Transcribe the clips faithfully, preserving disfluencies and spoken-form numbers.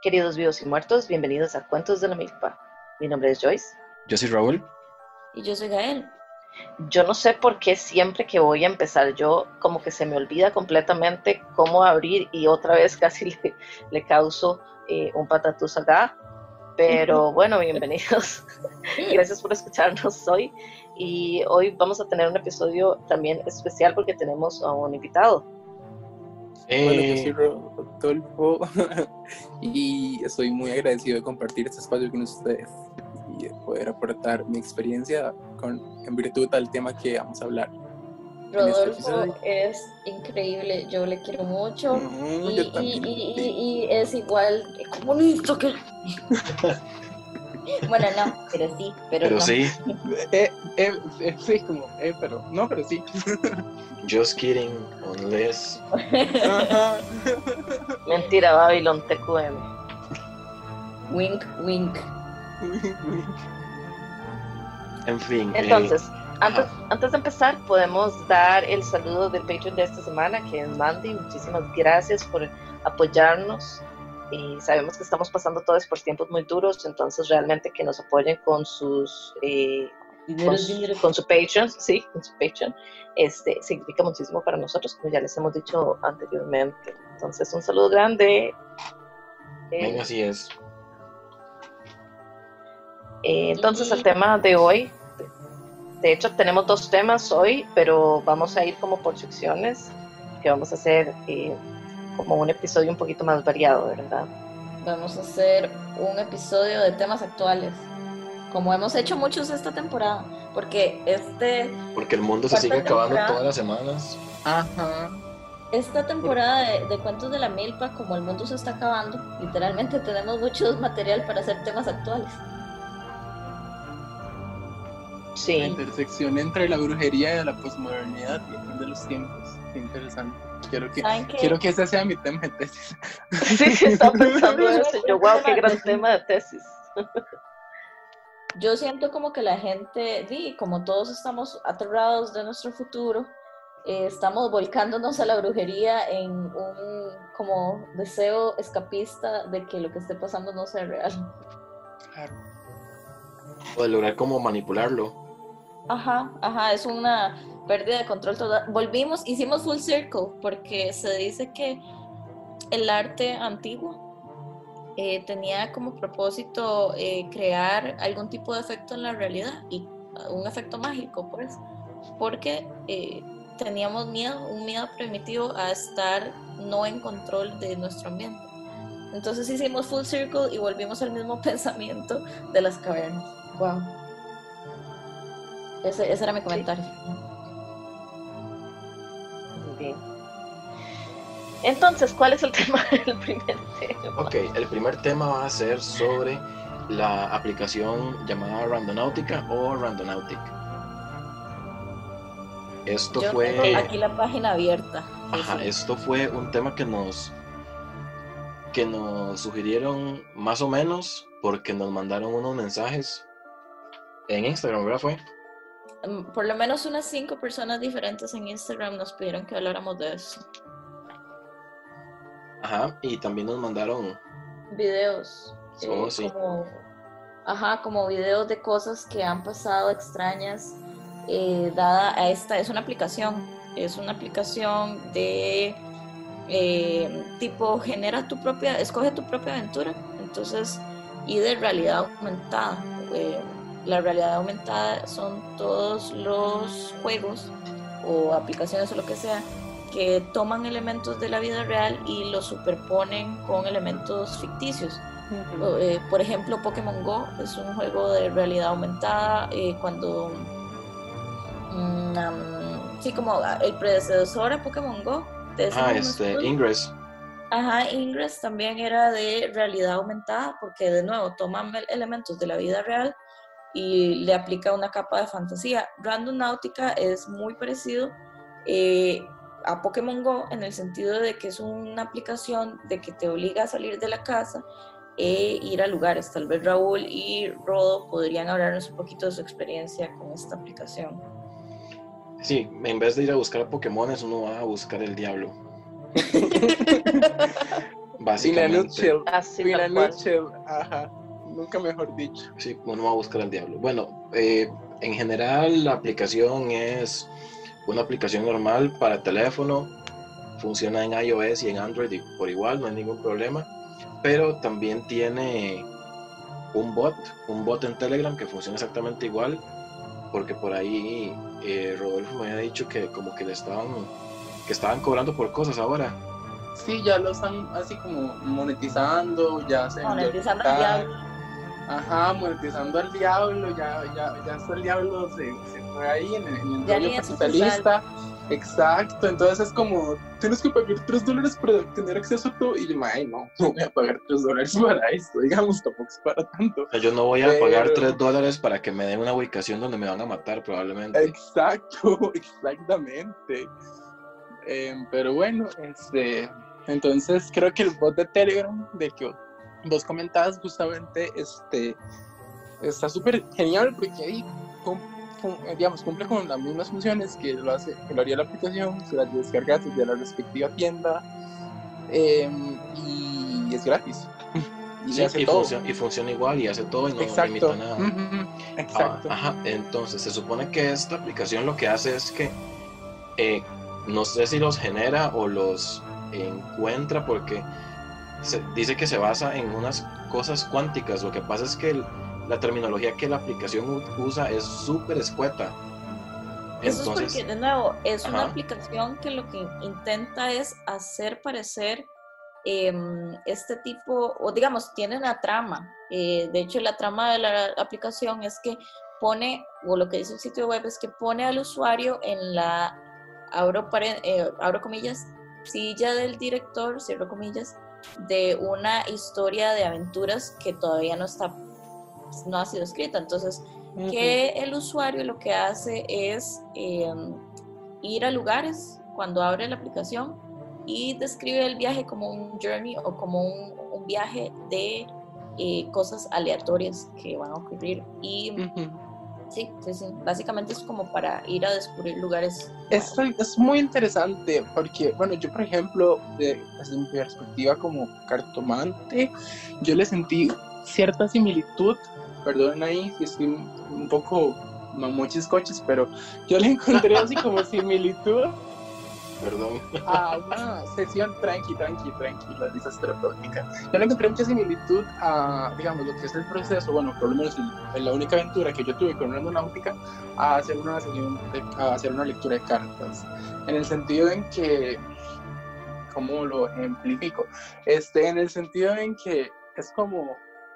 Queridos vivos y muertos, bienvenidos a Cuentos de la Milpa. Mi nombre es Joyce. Yo soy Raúl. Y yo soy Gael. Yo no sé por qué siempre que voy a empezar yo como que se me olvida completamente cómo abrir y otra vez casi le, le causo eh, un patatús acá. Pero bueno, bienvenidos. Gracias por escucharnos hoy. Y hoy vamos a tener un episodio también especial porque tenemos a un invitado. Eh... Bueno, yo soy Rodolfo y estoy muy agradecido de compartir este espacio con ustedes y de poder aportar mi experiencia con, en virtud al tema que vamos a hablar. Rodolfo este es increíble, yo le quiero mucho no, y, y, y, y, y es igual comunista que... Bueno, no, pero sí, pero, pero no. sí. Eh, eh, eh, sí, como, eh, pero no, pero sí. Just kidding, unless. Mentira, Babylon T Q M. Wink, wink. En fin. Entonces, eh, antes, antes de empezar, podemos dar el saludo del Patreon de esta semana, que es Mandy. Muchísimas gracias por apoyarnos. Y sabemos que estamos pasando todos por tiempos muy duros, entonces realmente que nos apoyen con sus eh, dinero, con, su, dinero. con su Patreon, sí, con su Patreon, este, significa muchísimo para nosotros, como ya les hemos dicho anteriormente. Entonces, un saludo grande. Eh, Venga, así es. Eh, entonces, el tema de hoy, de hecho, tenemos dos temas hoy, pero vamos a ir como por secciones, que vamos a hacer... Eh, como un episodio un poquito más variado, ¿verdad? Vamos a hacer un episodio de temas actuales, como hemos hecho muchos esta temporada, porque este... Porque el mundo se sigue acabando todas las semanas. Ajá. Esta temporada de, de Cuentos de la Milpa, como el mundo se está acabando, literalmente tenemos mucho material para hacer temas actuales. Sí. La intersección entre la brujería y la posmodernidad y el fin de los tiempos. Qué interesante. Quiero que, quiero que ese sea mi tema de tesis. Sí, sí, estaba pensando eso. Yo, wow, qué gran tema de tesis. Yo siento como que la gente, y como todos estamos aterrados de nuestro futuro, eh, estamos volcándonos a la brujería en un como deseo escapista de que lo que esté pasando no sea real. Claro. O de lograr como manipularlo. Ajá, ajá, es una pérdida de control total. Volvimos, hicimos full circle, porque se dice que el arte antiguo eh, tenía como propósito eh, crear algún tipo de efecto en la realidad, y un efecto mágico, pues, porque eh, teníamos miedo, un miedo primitivo a estar no en control de nuestro ambiente. Entonces hicimos full circle y volvimos al mismo pensamiento de las cavernas. Wow. Ese, ese era mi comentario. Sí. Muy bien. Entonces, ¿cuál es el tema del primer tema? Ok, el primer tema va a ser sobre la aplicación llamada Randonautica o Randonautic. Esto Yo fue... tengo aquí la página abierta. Ajá, sí. Esto fue un tema que nos que nos sugirieron más o menos porque nos mandaron unos mensajes en Instagram, ¿verdad? Fue por lo menos unas cinco personas diferentes en Instagram nos pidieron que habláramos de eso. Ajá, y también nos mandaron videos. Oh, eh, sí. como, ajá, como videos de cosas que han pasado extrañas, eh, dada a esta, es una aplicación, es una aplicación de eh, tipo, genera tu propia, escoge tu propia aventura, entonces, y de realidad aumentada. Eh, la realidad aumentada son todos los juegos o aplicaciones o lo que sea que toman elementos de la vida real y los superponen con elementos ficticios. Uh-huh. Eh, por ejemplo, Pokémon Go es un juego de realidad aumentada, eh, cuando um, um, sí, como el predecesor a Pokémon Go de ah, este, Ingress. Ajá, Ingress también era de realidad aumentada, porque de nuevo toman elementos de la vida real y le aplica una capa de fantasía. Randonautica es muy parecido eh, a Pokémon Go en el sentido de que es una aplicación de que te obliga a salir de la casa e ir a lugares. Tal vez Raúl y Rodo podrían hablarnos un poquito de su experiencia con esta aplicación. Sí, en vez de ir a buscar Pokémones, uno va a buscar el diablo. Básicamente. In a nutshell. Así In a tal cual. nutshell. Ajá. Nunca mejor dicho. Sí, uno va a buscar al diablo. Bueno, eh, en general la aplicación es una aplicación normal para teléfono, funciona en iOS y en Android y por igual, no hay ningún problema, pero también tiene un bot, un bot en Telegram que funciona exactamente igual, porque por ahí eh, Rodolfo me había dicho que como que le estaban, que estaban cobrando por cosas ahora. Sí, ya lo están así como monetizando, ya se Monetizando ya- al diablo. Ajá, monetizando al diablo, ya, ya, ya hasta el diablo se, se fue ahí en el, en el Ya rollo ni es capitalista. Exacto, entonces es como, tienes que pagar tres dólares para tener acceso a todo. Y yo, ay, no, no voy a pagar tres dólares para esto, digamos, tampoco es para tanto. O sea, yo no voy a Pero- pagar tres dólares para que me den una ubicación donde me van a matar probablemente. Exacto, exactamente. Eh, pero bueno, este, entonces creo que el bot de Telegram, del que vos comentabas justamente, este, está súper genial porque ahí, cum- cum- digamos, cumple con las mismas funciones que lo, hace, que lo haría la aplicación, se las descargas desde la respectiva tienda eh, y es gratis. Y Sí, hace y, todo. funciona, y funciona igual y hace todo y no Exacto. limita nada. Ujú, exacto. Ah, ajá, entonces se supone que esta aplicación lo que hace es que eh, no sé si los genera o los encuentra porque se, dice que se basa en unas cosas cuánticas. Lo que pasa es que el, la terminología que la aplicación u- usa es súper escueta. Eso Entonces, es porque, de nuevo, es una ajá. aplicación que lo que intenta es hacer parecer eh, este tipo, o digamos, tiene una trama. Eh, de hecho, la trama de la aplicación es que pone, o lo que dice el sitio web es que pone al usuario en la, abro, pare, eh, abro comillas, silla del director, cierro comillas, de una historia de aventuras que todavía no está, no ha sido escrita. Entonces, Ujú. que el usuario lo que hace es eh, ir a lugares cuando abre la aplicación y describe el viaje como un journey o como un, un viaje de eh, cosas aleatorias que van a ocurrir. Y Ujú. sí, sí, sí, básicamente es como para ir a descubrir lugares. Esto es muy interesante porque, bueno, yo por ejemplo, de- desde mi perspectiva como cartomante, yo le sentí cierta similitud, perdón ahí si estoy un poco mamoches coches, pero yo le encontré así como similitud perdón. a una sesión tranqui, tranqui, tranqui, la risas terapéuticas. Yo le encontré mucha similitud a, digamos, lo que es el proceso, bueno, por lo menos en, en la única aventura que yo tuve con Randonáutica, a hacer una sesión, de, a hacer una lectura de cartas, en el sentido en que, ¿cómo lo ejemplifico? Este, en el sentido en que es como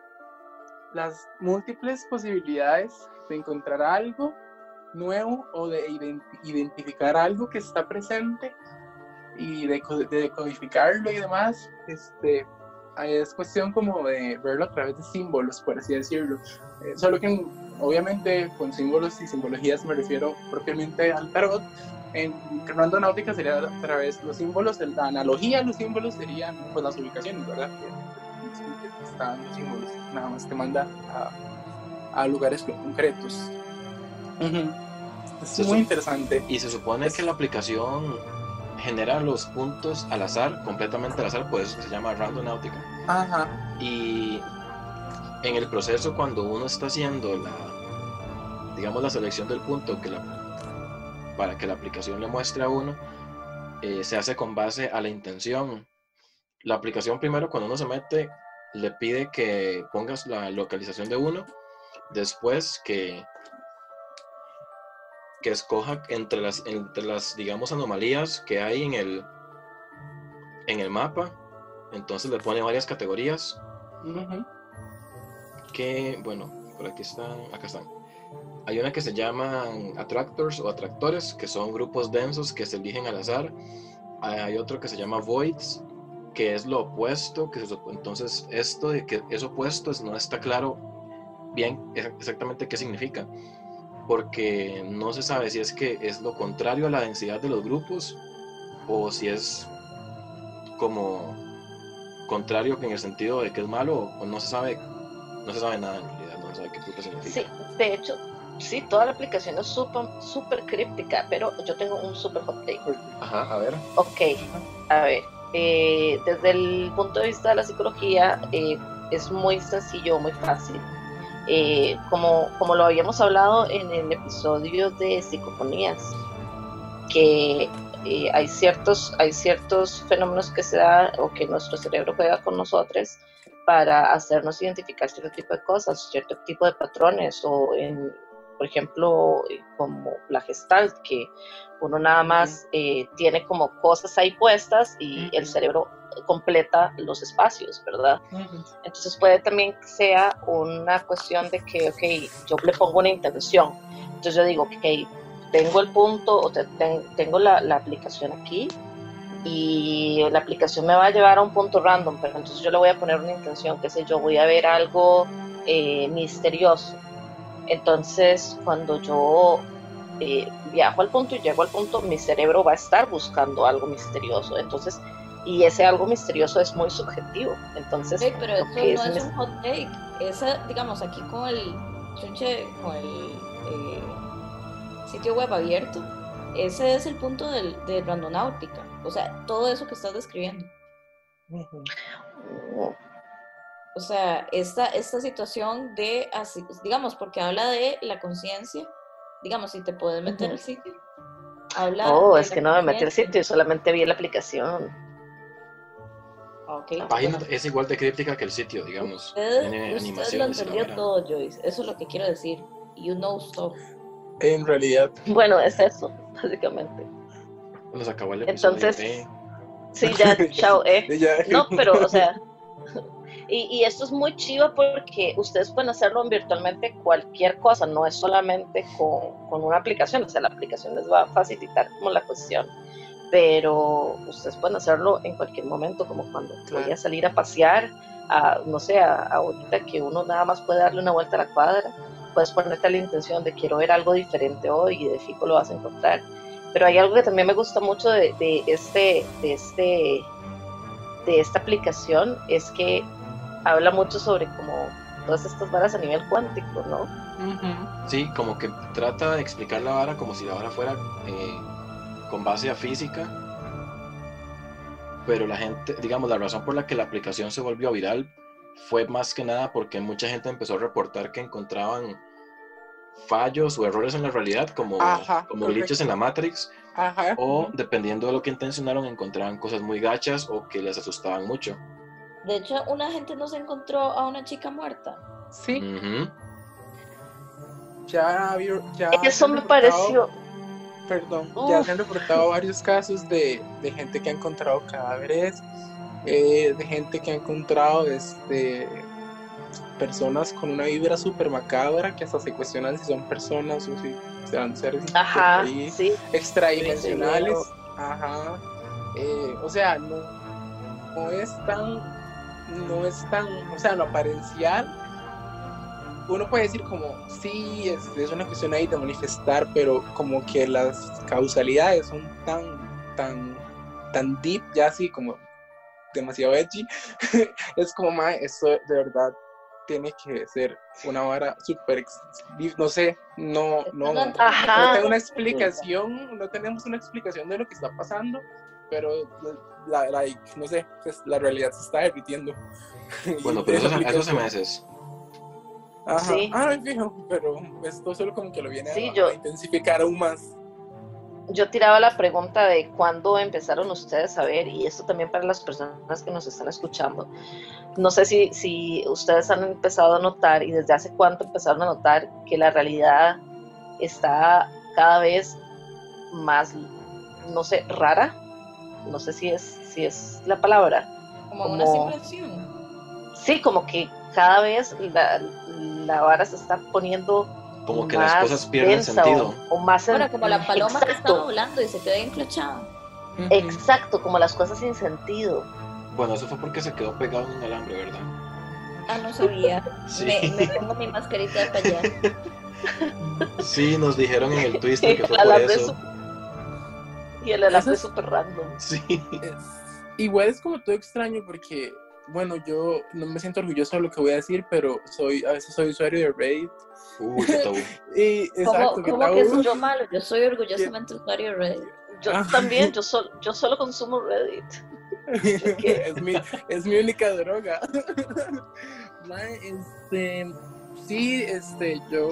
las múltiples posibilidades de encontrar algo nuevo o de ident- identificar algo que está presente y de, de decodificarlo y demás, este, es cuestión como de verlo a través de símbolos, por así decirlo. Eh, solo que obviamente con símbolos y simbologías me refiero propiamente al tarot. En Randonáutica sería a través de los símbolos, la analogía de los símbolos serían pues las ubicaciones, ¿verdad? Que están los símbolos, nada más te manda a, a lugares concretos. Uh-huh. Es Se muy su- interesante. Y se supone que la aplicación genera los puntos al azar, completamente al azar, por eso se llama Randonáutica. Ajá. Y en el proceso, cuando uno está haciendo la, digamos, la selección del punto que la, para que la aplicación le muestre a uno, eh, se hace con base a la intención. La aplicación primero, cuando uno se mete, le pide que pongas la localización de uno, después que que escoja entre las, entre las, digamos, anomalías que hay en el, en el mapa. Entonces le pone varias categorías. Uh-huh. Que, bueno, por aquí están, acá están. Hay una que se llaman attractors o atractores, que son grupos densos que se eligen al azar. Hay otro que se llama voids, que es lo opuesto, que se, entonces esto de que es opuesto no está claro bien exactamente qué significa, porque no se sabe si es que es lo contrario a la densidad de los grupos o si es como contrario en el sentido de que es malo, o no se sabe, no se sabe nada en realidad, no se sabe qué puta significa. Sí, de hecho, sí, toda la aplicación es súper súper críptica, pero yo tengo un súper hot take. Ajá, a ver. Ok, a ver, eh, desde el punto de vista de la psicología, eh, es muy sencillo, muy fácil. Eh, como, como lo habíamos hablado en el episodio de psicofonías, que eh, hay, ciertos, hay ciertos fenómenos que se dan o que nuestro cerebro juega con nosotros para hacernos identificar cierto tipo de cosas, cierto tipo de patrones, o en, por ejemplo, como la Gestalt, que uno nada más eh, tiene como cosas ahí puestas y uh-huh. el cerebro completa los espacios, ¿verdad? Uh-huh. Entonces puede también que sea una cuestión de que, ok, yo le pongo una intención, entonces yo digo, ok, tengo el punto, o te, ten, tengo la, la aplicación aquí, y la aplicación me va a llevar a un punto random, pero entonces yo le voy a poner una intención, qué sé yo, voy a ver algo eh, misterioso. Entonces cuando yo eh, viajo al punto y llego al punto, mi cerebro va a estar buscando algo misterioso, entonces, y ese algo misterioso es muy subjetivo. Entonces, sí, pero eso no es, es un hot take. Esa, digamos, aquí con el chunche, con el eh, sitio web abierto, ese es el punto del, de randonáutica. O sea, todo eso que estás describiendo. Uh-huh. O sea, esta, esta situación de, así, digamos, porque habla de la conciencia, digamos, si te puedes meter uh-huh. al sitio. Habla oh, es que no me metí al sitio, solamente vi la aplicación. Okay. La página es igual de críptica que el sitio, digamos. Usted, Tiene usted animaciones. Lo entendió todo, Joyce. Eso es lo que quiero decir. You know stuff. En realidad. Bueno, es eso, básicamente. Nos acabó el episodio. Entonces, de... sí, ya, chao, eh. No, pero, o sea, y, y esto es muy chivo porque ustedes pueden hacerlo virtualmente cualquier cosa, no es solamente con, con una aplicación, o sea, la aplicación les va a facilitar como la cuestión, pero ustedes pueden hacerlo en cualquier momento, como cuando claro. voy a salir a pasear, a, no sé, a, a ahorita que uno nada más puede darle una vuelta a la cuadra, puedes ponerte la intención de quiero ver algo diferente hoy y de fijo lo vas a encontrar. Pero hay algo que también me gusta mucho de, de, este, de, este, de esta aplicación, es que habla mucho sobre como todas estas varas a nivel cuántico, ¿no? Uh-huh. Sí, como que trata de explicar la vara como si la vara fuera eh, con base a física, pero la gente, digamos, la razón por la que la aplicación se volvió viral fue más que nada porque mucha gente empezó a reportar que encontraban fallos o errores en la realidad, como, Ajá, como glitches en la Matrix. Ajá. O dependiendo de lo que intencionaron, encontraban cosas muy gachas o que les asustaban mucho. De hecho, una gente no se encontró a una chica muerta. Sí. Uh-huh. Ya, ya eso me pareció. Perdón, Uf. ya se han reportado varios casos de, de gente que ha encontrado cadáveres, eh, de gente que ha encontrado este personas con una vibra súper macabra que hasta se cuestionan si son personas o si serán seres Ajá, sí. extradimensionales. Ajá. Eh, o sea, no, no es tan, no es tan, o sea, lo aparencial. Uno puede decir como, sí, es, es una cuestión ahí de manifestar, pero como que las causalidades son tan, tan, tan deep, ya así como demasiado edgy. Es como, ma, esto de verdad tiene que ser una vara súper, no sé, no, no, no tengo una explicación, no tenemos una explicación de lo que está pasando, pero la, la, no sé, pues la realidad se está derritiendo. Bueno, pero eso, eso hace meses. Ajá, sí. Ah, fijo, pero esto solo como que lo viene sí, a, yo, a intensificar aún más. Yo tiraba la pregunta de cuándo empezaron ustedes a ver, y esto también para las personas que nos están escuchando. No sé si, si ustedes han empezado a notar, y desde hace cuánto empezaron a notar, que la realidad está cada vez más, no sé, rara. No sé si es, si es la palabra. Como, como una simulación. Sí, como que cada vez la, la vara se está poniendo como que las cosas pierden sentido. O, o más bueno, en, como la paloma exacto. que estaba volando y se quedó enclochada. Uh-huh. Exacto, como las cosas sin sentido. Bueno, eso fue porque se quedó pegado en un alambre, ¿verdad? Ah, no sabía. Sí. Me, me pongo mi mascarita de allá. Sí, nos dijeron en el Twister que fue por eso. Su... Y el alambre es súper random. Sí. Es... Igual es como todo extraño porque, bueno, yo no me siento orgulloso de lo que voy a decir, pero soy a veces soy usuario de Reddit. Uy, qué tabú. y, exacto, ¿Cómo, ¿cómo que soy yo malo? Yo soy orgullosamente usuario de Reddit. Yo también, yo, sol, yo solo consumo Reddit. ¿Qué? es, mi, es mi única droga. Mae, este, sí, este, yo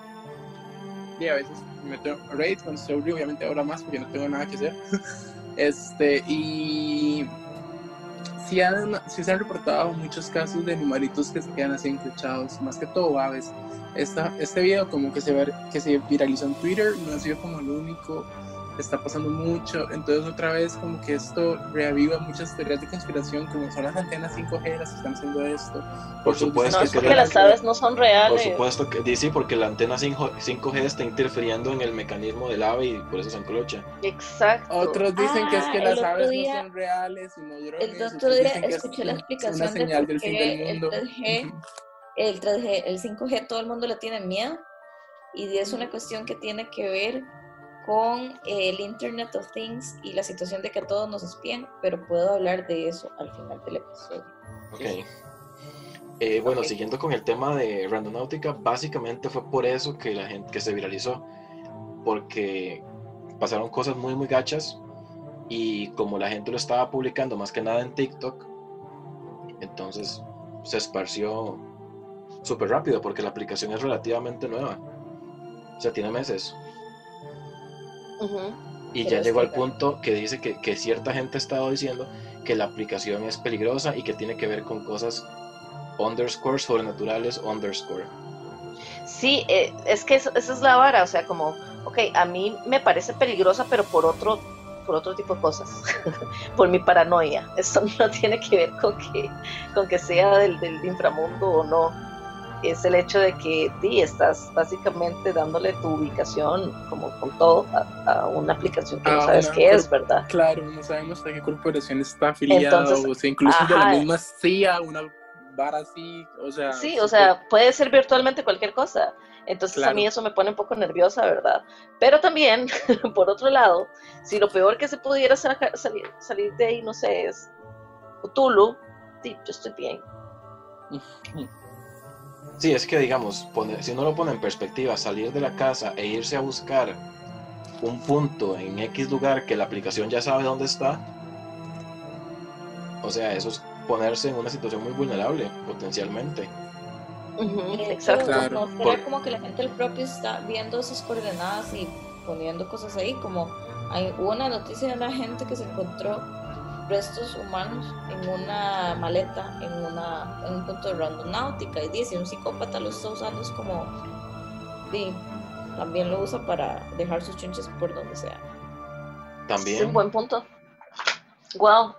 y a veces me meto a Reddit cuando estoy aburrido, obviamente ahora más porque no tengo nada que hacer. Este, y sí, han, sí se han reportado muchos casos de animalitos que se quedan así encruchados, más que todo aves. Esta, este video como que se, ver, que se viralizó en Twitter, no ha sido como el único, está pasando mucho, entonces otra vez como que esto reaviva muchas teorías de conspiración, como son las antenas cinco G las que están haciendo esto. Por supuesto No, es que porque las aves no son reales. Por supuesto que sí, porque la antena cinco G está interfiriendo en el mecanismo del ave y por eso se encrocha. Exacto. Otros dicen Ah, que es que el las otro aves día- no son reales, sino drones. El otro otros día dicen que escuché es la una explicación de señal por del fin qué del el mundo. tres G, el tres G, el cinco G, todo el mundo le tiene miedo, y es una cuestión que tiene que ver con el Internet of Things y la situación de que a todos nos espían, pero puedo hablar de eso al final del episodio. Ok. Eh, bueno, Ok. siguiendo con el tema de Randonáutica, básicamente fue por eso que la gente que se viralizó, porque pasaron cosas muy muy gachas y como la gente lo estaba publicando más que nada en TikTok, entonces se esparció súper rápido porque la aplicación es relativamente nueva, o sea, tiene meses. Ujú. Y Pero ya es llegó que- al punto que dice que, que cierta gente ha estado diciendo que la aplicación es peligrosa y que tiene que ver con cosas underscore sobrenaturales underscore. Sí, eh, es que eso- esa es la vara, o sea, como, ok, a mí me parece peligrosa, pero por otro, por otro tipo de cosas, por mi paranoia. Esto no tiene que ver con que, con que sea del, del inframundo o no. Es el hecho de que sí, estás básicamente dándole tu ubicación, como con todo, a, a una aplicación que no Ah, sabes una qué cor- es, ¿verdad? Claro, no sabemos a qué corporación está afiliada, Entonces, o sea, incluso de la ajá. misma C I A, una vara así, o sea... Sí, o súper- sea, puede ser virtualmente cualquier cosa. Entonces Claro. a mí eso me pone un poco nerviosa, ¿verdad? Pero también, por otro lado, si lo peor que se pudiera sacar- salir, salir de ahí, no sé, es Cthulhu, sí, yo estoy bien. Sí, es que digamos, pone- si uno lo pone en perspectiva, salir de la casa e irse a buscar un punto en X lugar que la aplicación ya sabe dónde está, o sea, eso es ponerse en una situación muy vulnerable, potencialmente. Ujú, De hecho, exacto. Claro. no será Por- como que la gente del propio está viendo esas coordenadas y poniendo cosas ahí, como hay hubo una noticia de una gente que se encontró restos humanos en una maleta en, una, en un punto de randonáutica, y dice, un psicópata lo está usando, es como, sí, también lo usa para dejar sus chunches por donde sea. Sí, También, buen punto. Wow.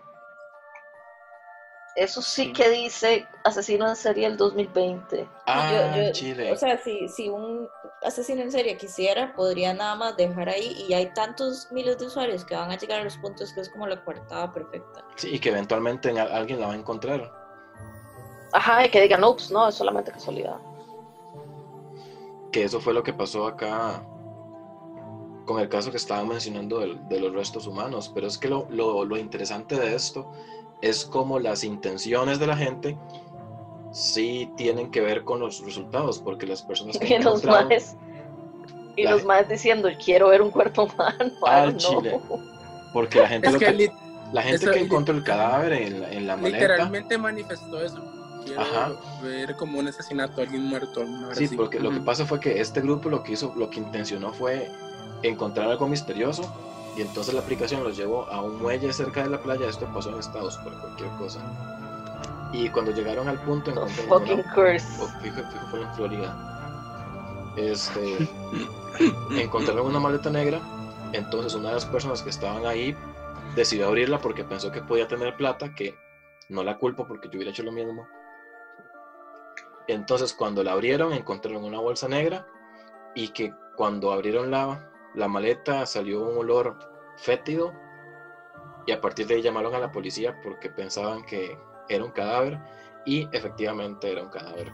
Eso sí que dice Asesino en Serie del dos mil veinte. ah, Yo- yo- Chile. O sea, si, si un asesino en serie quisiera, podría nada más dejar ahí, y hay tantos miles de usuarios que van a llegar a los puntos que es como la coartada perfecta. Sí, y que eventualmente en- alguien la va a encontrar. Ajá, y que digan, ups, no, es solamente casualidad. Que eso fue lo que pasó acá con el caso que estaban mencionando del- de, los restos humanos. Pero es que lo, lo, lo interesante de esto es cómo las intenciones de la gente sí tienen que ver con los resultados, porque las personas que Y han los encontrado maes, y La los gen- maes diciendo, quiero ver un cuerpo humano. al no. Chile, porque la gente Es lo que que, lit- la gente eso que lit- encontró el cadáver en la, en la maleta, literalmente manifestó eso. Quiero Ajá. ver como un asesinato, alguien muerto, alguna vez sí, así. porque lo que Ujú. pasa fue que este grupo lo que hizo, lo que intencionó fue encontrar algo misterioso, y entonces la aplicación los llevó a un muelle cerca de la playa. Esto pasó en Estados por cualquier cosa, y cuando llegaron al punto The encontraron fucking una, curse. oh, fijo, fijo, fue en Florida, este, encontraron una maleta negra. Entonces una de las personas que estaban ahí decidió abrirla porque pensó que podía tener plata, que no la culpo porque yo hubiera hecho lo mismo. Entonces cuando la abrieron encontraron una bolsa negra, y que cuando abrieron la, la maleta salió un olor fétido, y a partir de ahí llamaron a la policía porque pensaban que era un cadáver, y efectivamente era un cadáver.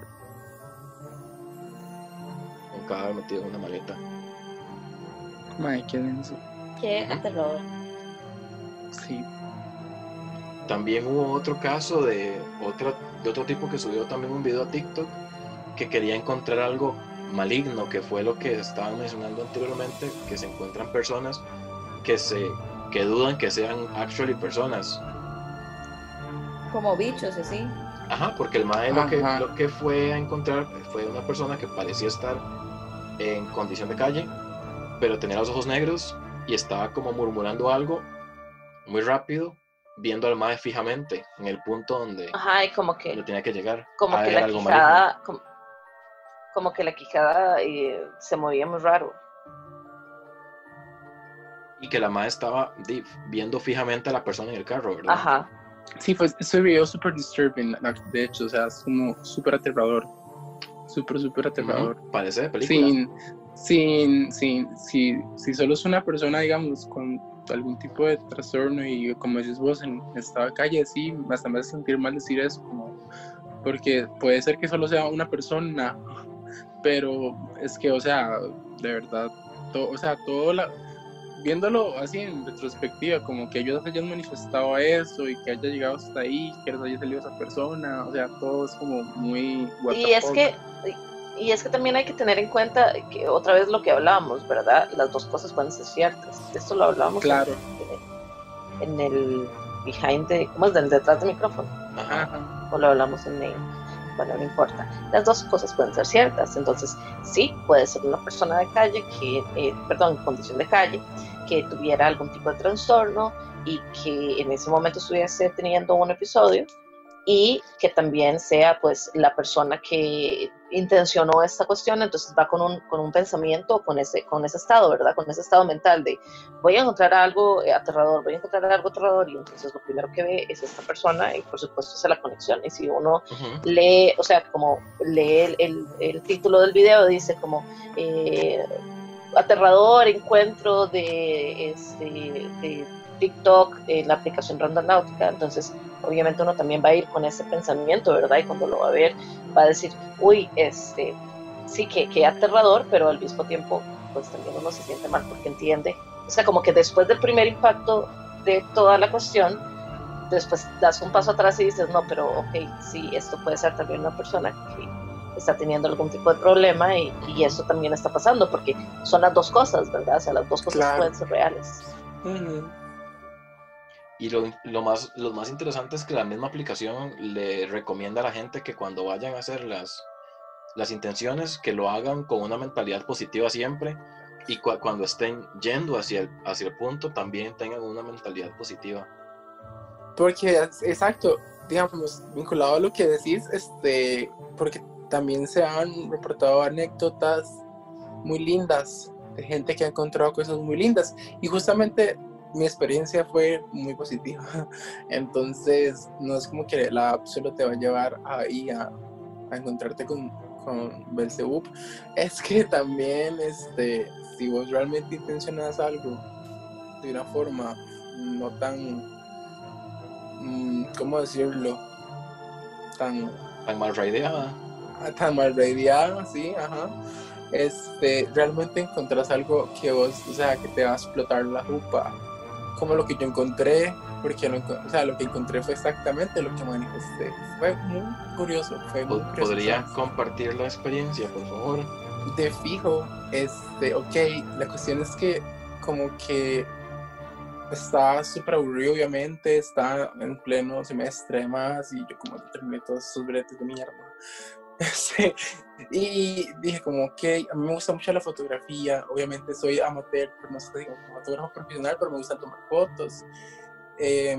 Un cadáver metido en una maleta. Mae, qué denso. Qué Ujú. aterrador. Sí. También hubo otro caso de, otra, de otro tipo que subió también un video a TikTok que quería encontrar algo maligno, que fue lo que estaban mencionando anteriormente, que se encuentran personas que se que dudan que sean actually personas. como bichos, así. Ajá, porque el mae lo que, lo que fue a encontrar fue una persona que parecía estar en condición de calle, pero tenía los ojos negros y estaba como murmurando algo muy rápido, viendo al mae fijamente en el punto donde, Ajá, y como que, donde tenía que llegar. como a que ver la algo quijada, como, como que la quijada eh, se movía muy raro. Y que la mae estaba di, viendo fijamente a la persona en el carro, ¿verdad? Ajá. Sí, pues ese video es súper disturbing, de hecho, o sea, es como súper aterrador. Súper, súper aterrador. Uh-huh. Parece de película. Sin, sin, sin, si, si solo es una persona, digamos, con algún tipo de trastorno y como decís vos en estado de calle, sí, hasta me hace sentir mal decir eso, como, porque puede ser que solo sea una persona, pero es que, o sea, de verdad, todo, o sea, todo la... viéndolo así en retrospectiva, como que ellos hayan manifestado eso y que haya llegado hasta ahí, que haya salido esa persona, o sea, todo es como muy... Y es que y es que también hay que tener en cuenta que otra vez lo que hablábamos, ¿verdad? Las dos cosas pueden ser ciertas. Esto lo hablábamos claro. en, en el behind the, ¿cómo es? Del detrás del micrófono. Ajá. O lo hablamos en el, bueno, no importa. Las dos cosas pueden ser ciertas. Entonces, sí, puede ser una persona de calle que, eh, perdón, en condición de calle, que tuviera algún tipo de trastorno y que en ese momento estuviese teniendo un episodio, y que también sea pues la persona que intencionó esta cuestión, entonces va con un, con un pensamiento, con ese, con ese estado, ¿verdad? Con ese estado mental de voy a encontrar algo aterrador, voy a encontrar algo aterrador, y entonces lo primero que ve es esta persona y por supuesto es la conexión. Y si uno uh-huh. lee, o sea, como lee el, el, el título del video, dice como eh, aterrador encuentro de, este, de TikTok en la aplicación Randonáutica, entonces obviamente uno también va a ir con ese pensamiento, ¿verdad? Y cuando lo va a ver, va a decir, uy, este, sí, que, que aterrador, pero al mismo tiempo, pues también uno se siente mal porque entiende, o sea, como que después del primer impacto de toda la cuestión, después das un paso atrás y dices, no, pero ok, sí, esto puede ser también una persona que está teniendo algún tipo de problema y, y eso también está pasando, porque son las dos cosas, ¿verdad? O sea, las dos cosas claro. pueden ser reales. Uh-huh. Y lo, lo, más, lo más interesante es que la misma aplicación le recomienda a la gente que cuando vayan a hacer las, las intenciones, que lo hagan con una mentalidad positiva siempre, y cu- cuando estén yendo hacia el, hacia el punto, también tengan una mentalidad positiva. Porque, exacto, digamos, vinculado a lo que decís, este, porque también se han reportado anécdotas muy lindas de gente que ha encontrado cosas muy lindas, y justamente mi experiencia fue muy positiva. Entonces no es como que la app solo te va a llevar ahí a, a encontrarte con, con Belzebub, es que también este, si vos realmente intencionas algo de una forma no tan ¿cómo decirlo? tan tan mal raideada tan mal raideada, sí, ajá. Este, realmente encontrás algo que vos, o sea, que te va a explotar la jupa, como lo que yo encontré, porque lo, o sea, lo que encontré fue exactamente lo que manifesté. Fue muy curioso, fue muy curioso. ¿Podría compartir la experiencia, por favor? De fijo, este, ok, la cuestión es que como que estaba súper aburrido, obviamente, estaba en pleno semestre además, y yo como terminé todos esos bretes de mierda. Sí. Y dije como, ok, a mí me gusta mucho la fotografía, obviamente soy amateur, pero no soy un fotógrafo profesional, pero me gusta tomar fotos. Eh,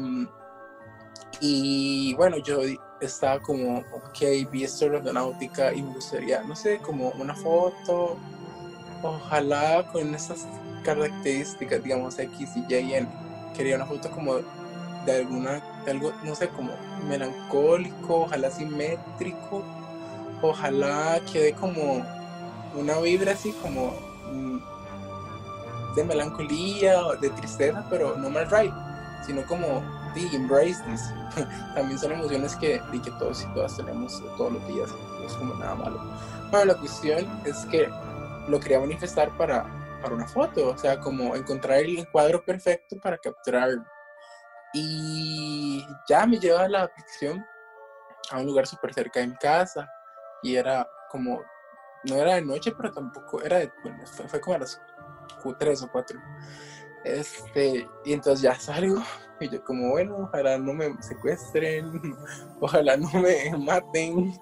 y bueno, yo estaba como, ok, vi esto de Randonáutica y me gustaría, no sé, como una foto, ojalá con esas características, digamos, X y Y N. Quería una foto como de alguna, de algo, no sé, como melancólico, ojalá simétrico. Ojalá quede como una vibra así como de melancolía, de tristeza, pero no mal right, sino como de embrace this. También son emociones que, y que todos y todas tenemos todos los días, no es como nada malo. Bueno, la cuestión es que lo quería manifestar para, para una foto, o sea, como encontrar el cuadro perfecto para capturarlo. Y ya me lleva la aplicación a un lugar súper cerca de mi casa. Y era como, no era de noche, pero tampoco era de, bueno, fue, fue como a las tres o cuatro. Este, y entonces ya salgo, y yo como, bueno, ojalá no me secuestren, ojalá no me maten,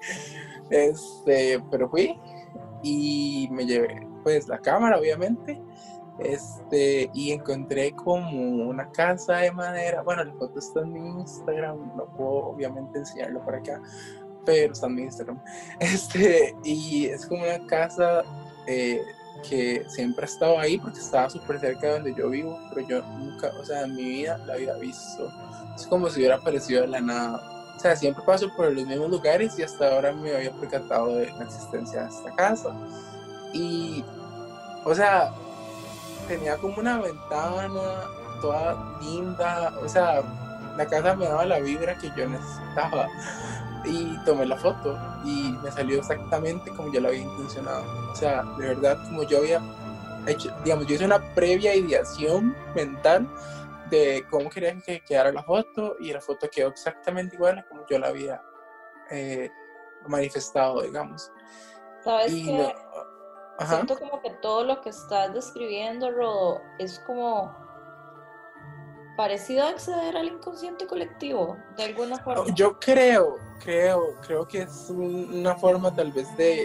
este, pero fui, y me llevé, pues, la cámara, obviamente, este, y encontré como una casa de madera, bueno, la foto está en mi Instagram, no puedo, obviamente, enseñarlo por acá, pero está en mi Instagram, este, y es como una casa, eh, que siempre ha estado ahí porque estaba súper cerca de donde yo vivo, pero yo nunca, o sea, en mi vida la había visto. Es como si hubiera aparecido de la nada. O sea, siempre paso por los mismos lugares y hasta ahora me había percatado de la existencia de esta casa. Y, o sea, tenía como una ventana toda linda, o sea, la casa me daba la vibra que yo necesitaba. Y tomé la foto y me salió exactamente como yo lo había intencionado. O sea, de verdad, como yo había hecho, digamos, yo hice una previa ideación mental de cómo quería que quedara la foto y la foto quedó exactamente igual a como yo la había eh, manifestado, digamos. ¿Sabes y qué? No, ajá. Siento como que todo lo que estás describiendo, Rodo, es como parecido a acceder al inconsciente colectivo, de alguna forma. Yo creo, creo, creo que es una forma tal vez de,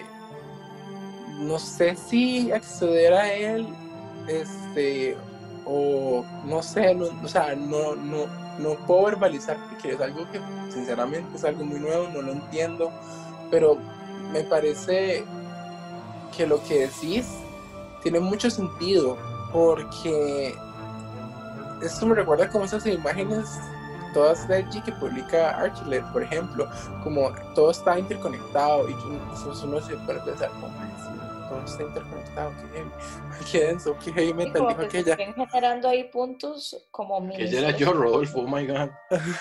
no sé si acceder a él, este, o no sé, no, o sea, no, no, no puedo verbalizar porque es algo que sinceramente es algo muy nuevo, no lo entiendo, pero me parece que lo que decís tiene mucho sentido porque esto me recuerda como esas imágenes todas de allí que publica Archlet, por ejemplo, como todo está interconectado y entonces uno se puede pensar, como, sí, todo está interconectado, qué heavy, qué denso, qué heavy metal, como dijo que aquella. se estén generando ahí puntos como mini. Que ya era yo, Rodolfo, oh my god.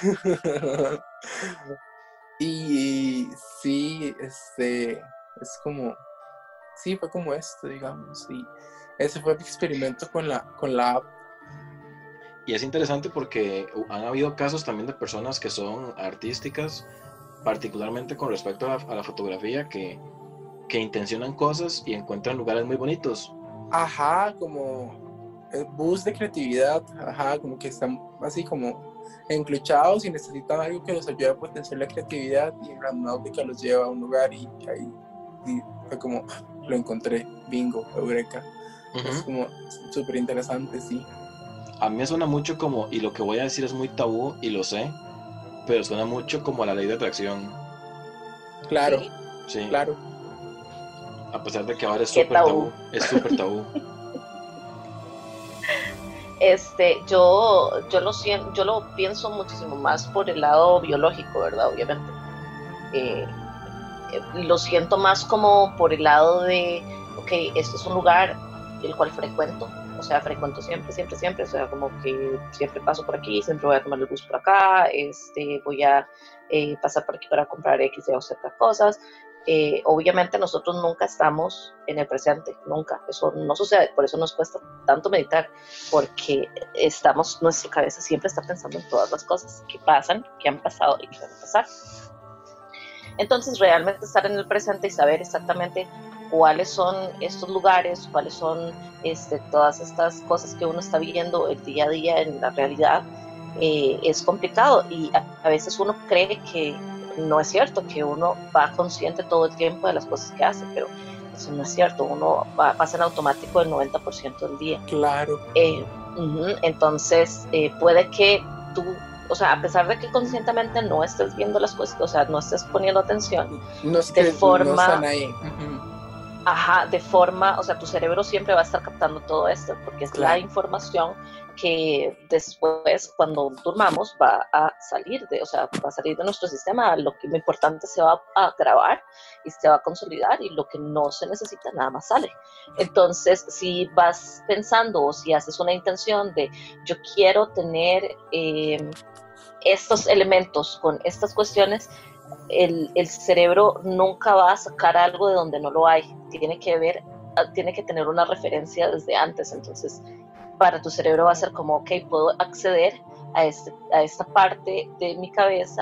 Y sí, este, es como, sí, fue como esto, digamos, y ese fue mi experimento con la, con la app. Y es interesante porque han habido casos también de personas que son artísticas, particularmente con respecto a la, a la fotografía, que, que intencionan cosas y encuentran lugares muy bonitos. Ajá, como el bus de creatividad, ajá, como que están así como encluchados y necesitan algo que los ayude a potenciar la creatividad y en Randonáutica los lleva a un lugar y ahí y fue como, lo encontré, bingo, eureka. Uh-huh. Es como súper interesante, sí. A mí me suena mucho como, y lo que voy a decir es muy tabú, y lo sé, pero suena mucho como a la ley de atracción. Claro, sí, sí. Claro. A pesar de que ahora es súper tabú? tabú, es súper tabú. Este, yo, yo lo siento, yo lo pienso muchísimo más por el lado biológico, ¿verdad? Obviamente. Eh, eh, lo siento más como por el lado de, ok, este es un lugar el cual frecuento. O sea, frecuento siempre, siempre, siempre, o sea, como que siempre paso por aquí, siempre voy a tomar el bus por acá, este, voy a eh, pasar por aquí para comprar X, Y o Z cosas. Eh, obviamente nosotros nunca estamos en el presente, nunca, eso no sucede, por eso nos cuesta tanto meditar, porque estamos, nuestra cabeza siempre está pensando en todas las cosas que pasan, que han pasado y que van a pasar. Entonces, realmente estar en el presente y saber exactamente cuáles son estos lugares, cuáles son este, todas estas cosas que uno está viendo el día a día en la realidad, eh, es complicado y a, a veces uno cree que no es cierto, que uno va consciente todo el tiempo de las cosas que hace, pero eso no es cierto, uno va, pasa en automático el noventa por ciento del día. Claro. Eh, uh-huh, entonces, eh, puede que tú, o sea, a pesar de que conscientemente no estés viendo las cosas, o sea, no estés poniendo atención, no es de que forma... No están ahí. Uh-huh. Ajá, de forma, o sea, tu cerebro siempre va a estar captando todo esto, porque es claro. La información que después, cuando durmamos, va a salir de, o sea, va a salir de nuestro sistema, lo que lo importante se va a grabar y se va a consolidar y lo que no se necesita nada más sale. Entonces, si vas pensando o si haces una intención de yo quiero tener eh, estos elementos con estas cuestiones, El, el cerebro nunca va a sacar algo de donde no lo hay, tiene que ver, tiene que tener una referencia desde antes, entonces para tu cerebro va a ser como, ok, puedo acceder a, este, a esta parte de mi cabeza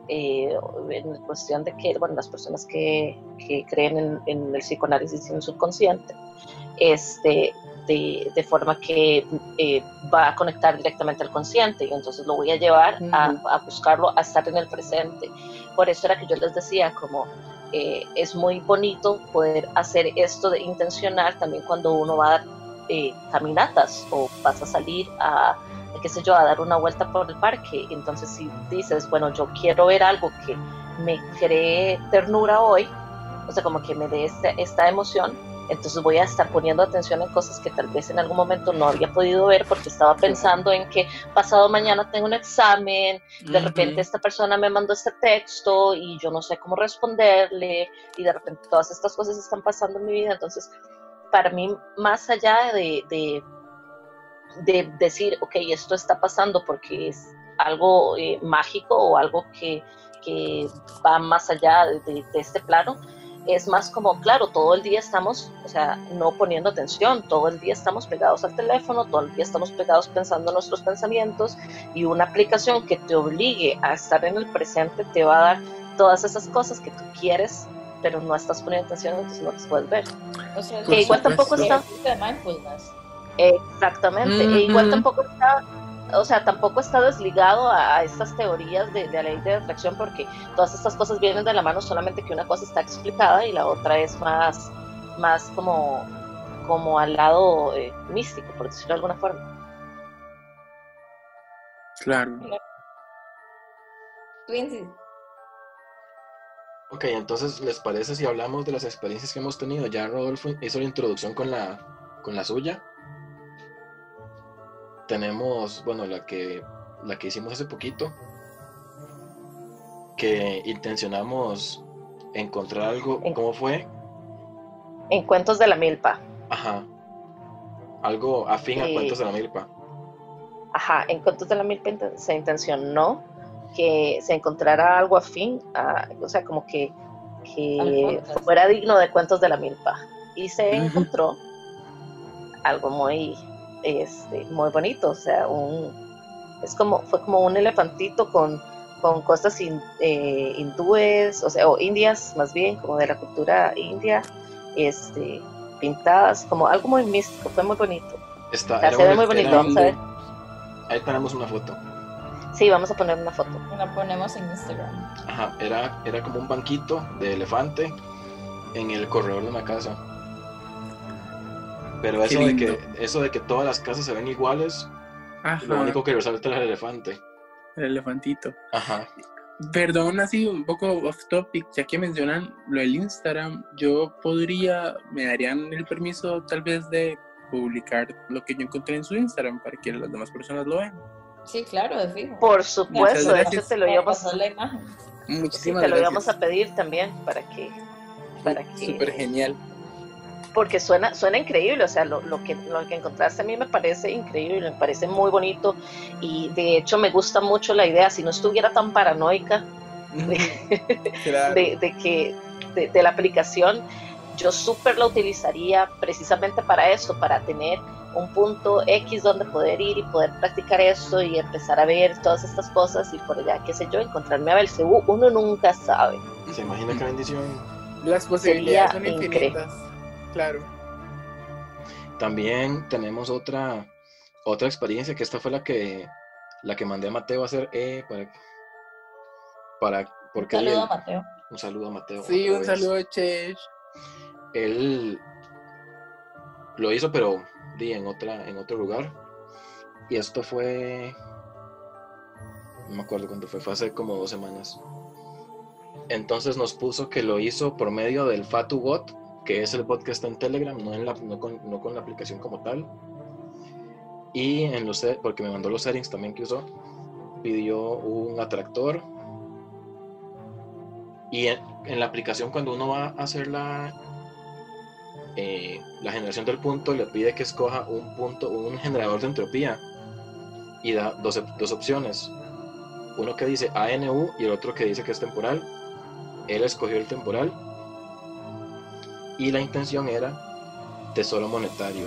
eh, en cuestión de que, bueno, las personas que, que creen en, en el psicoanálisis y en el subconsciente, este, de, de forma que eh, va a conectar directamente al consciente, y entonces lo voy a llevar a, a buscarlo, a estar en el presente. Por eso era que yo les decía, como eh, es muy bonito poder hacer esto de intencional también cuando uno va a dar eh, caminatas o vas a salir a, qué sé yo, a dar una vuelta por el parque. Entonces si dices, bueno, yo quiero ver algo que me cree ternura hoy, o sea, como que me dé esta, esta emoción, entonces voy a estar poniendo atención en cosas que tal vez en algún momento no había podido ver porque estaba pensando en que pasado mañana tengo un examen, de uh-huh. repente esta persona me mandó este texto y yo no sé cómo responderle, y de repente todas estas cosas están pasando en mi vida. Entonces, para mí, más allá de, de, de decir, ok, esto está pasando porque es algo eh, mágico o algo que, que va más allá de, de, de este plano, es más como, claro, todo el día estamos, o sea, no poniendo atención, todo el día estamos pegados al teléfono, todo el día estamos pegados pensando en nuestros pensamientos, y una aplicación que te obligue a estar en el presente te va a dar todas esas cosas que tú quieres, pero no estás poniendo atención, entonces no las puedes ver. O sea, que igual tampoco está... de mindfulness. Exactamente, mm-hmm. e igual tampoco está... O sea, tampoco está desligado a, a estas teorías de, de la ley de atracción, porque todas estas cosas vienen de la mano, solamente que una cosa está explicada y la otra es más, más como, como al lado eh, místico, por decirlo de alguna forma. Claro. Twinsies. Ok, entonces, ¿les parece si hablamos de las experiencias que hemos tenido? Ya Rodolfo hizo la introducción con la, con la suya. Tenemos, bueno, la que, la que hicimos hace poquito, que intencionamos encontrar algo, en, ¿cómo fue? En Cuentos de la Milpa. Ajá, algo afín eh, a Cuentos de la Milpa. Ajá, en Cuentos de la Milpa se intencionó que se encontrara algo afín, a, o sea, como que, que fuera digno de Cuentos de la Milpa, y se encontró algo muy... Este, muy bonito, o sea, un, es como, fue como un elefantito con, con cosas in, eh, hindúes, o sea, o indias más bien, como de la cultura india, este, pintadas, como algo muy místico, fue muy bonito. Está, o sea, se ve muy bonito, vamos a ver. Ahí tenemos una foto. Sí, vamos a poner una foto. La ponemos en Instagram. Ajá, era, era como un banquito de elefante en el corredor de una casa. Pero eso de, que, eso de que todas las casas se ven iguales, ajá, lo único que resalta es el elefante. El elefantito. Ajá. Perdón, así un poco off topic, ya que mencionan lo del Instagram, yo podría, me darían el permiso tal vez de publicar lo que yo encontré en su Instagram para que las demás personas lo vean. Sí, claro, de fijo. Por supuesto, de hecho te lo íbamos a... la imagen. Muchísimas sí, te gracias. lo íbamos a pedir también para que... Para que... Súper genial. Porque suena, suena increíble, o sea, lo, lo, que, lo que encontraste a mí me parece increíble, me parece muy bonito, y de hecho me gusta mucho la idea, si no estuviera tan paranoica de, claro. de, de, que, de, de la aplicación, yo súper la utilizaría precisamente para eso, para tener un punto X donde poder ir y poder practicar esto y empezar a ver todas estas cosas y por allá, qué sé yo, encontrarme a Belcebú, uno nunca sabe. ¿Se imagina qué bendición? Las posibilidades son infinitas. Claro. También tenemos otra otra experiencia, que esta fue la que la que mandé a Mateo a hacer eh, para, para porque un saludo él, a Mateo. Un saludo a Mateo. Sí, un saludo a Chesh. Él lo hizo, pero di, en otra en otro lugar. Y esto fue, no me acuerdo cuándo fue, fue hace como dos semanas. Entonces nos puso que lo hizo por medio del FatuBot, que es el bot que está en Telegram, no, en la, no, con, no con la aplicación como tal. Y en los, porque me mandó los settings también que usó, pidió un atractor. Y en, en la aplicación, cuando uno va a hacer la, eh, la generación del punto, le pide que escoja un punto, un generador de entropía. Y da dos, dos opciones. Uno que dice A N U y el otro que dice que es temporal. Él escogió el temporal. Y la intención era tesoro monetario.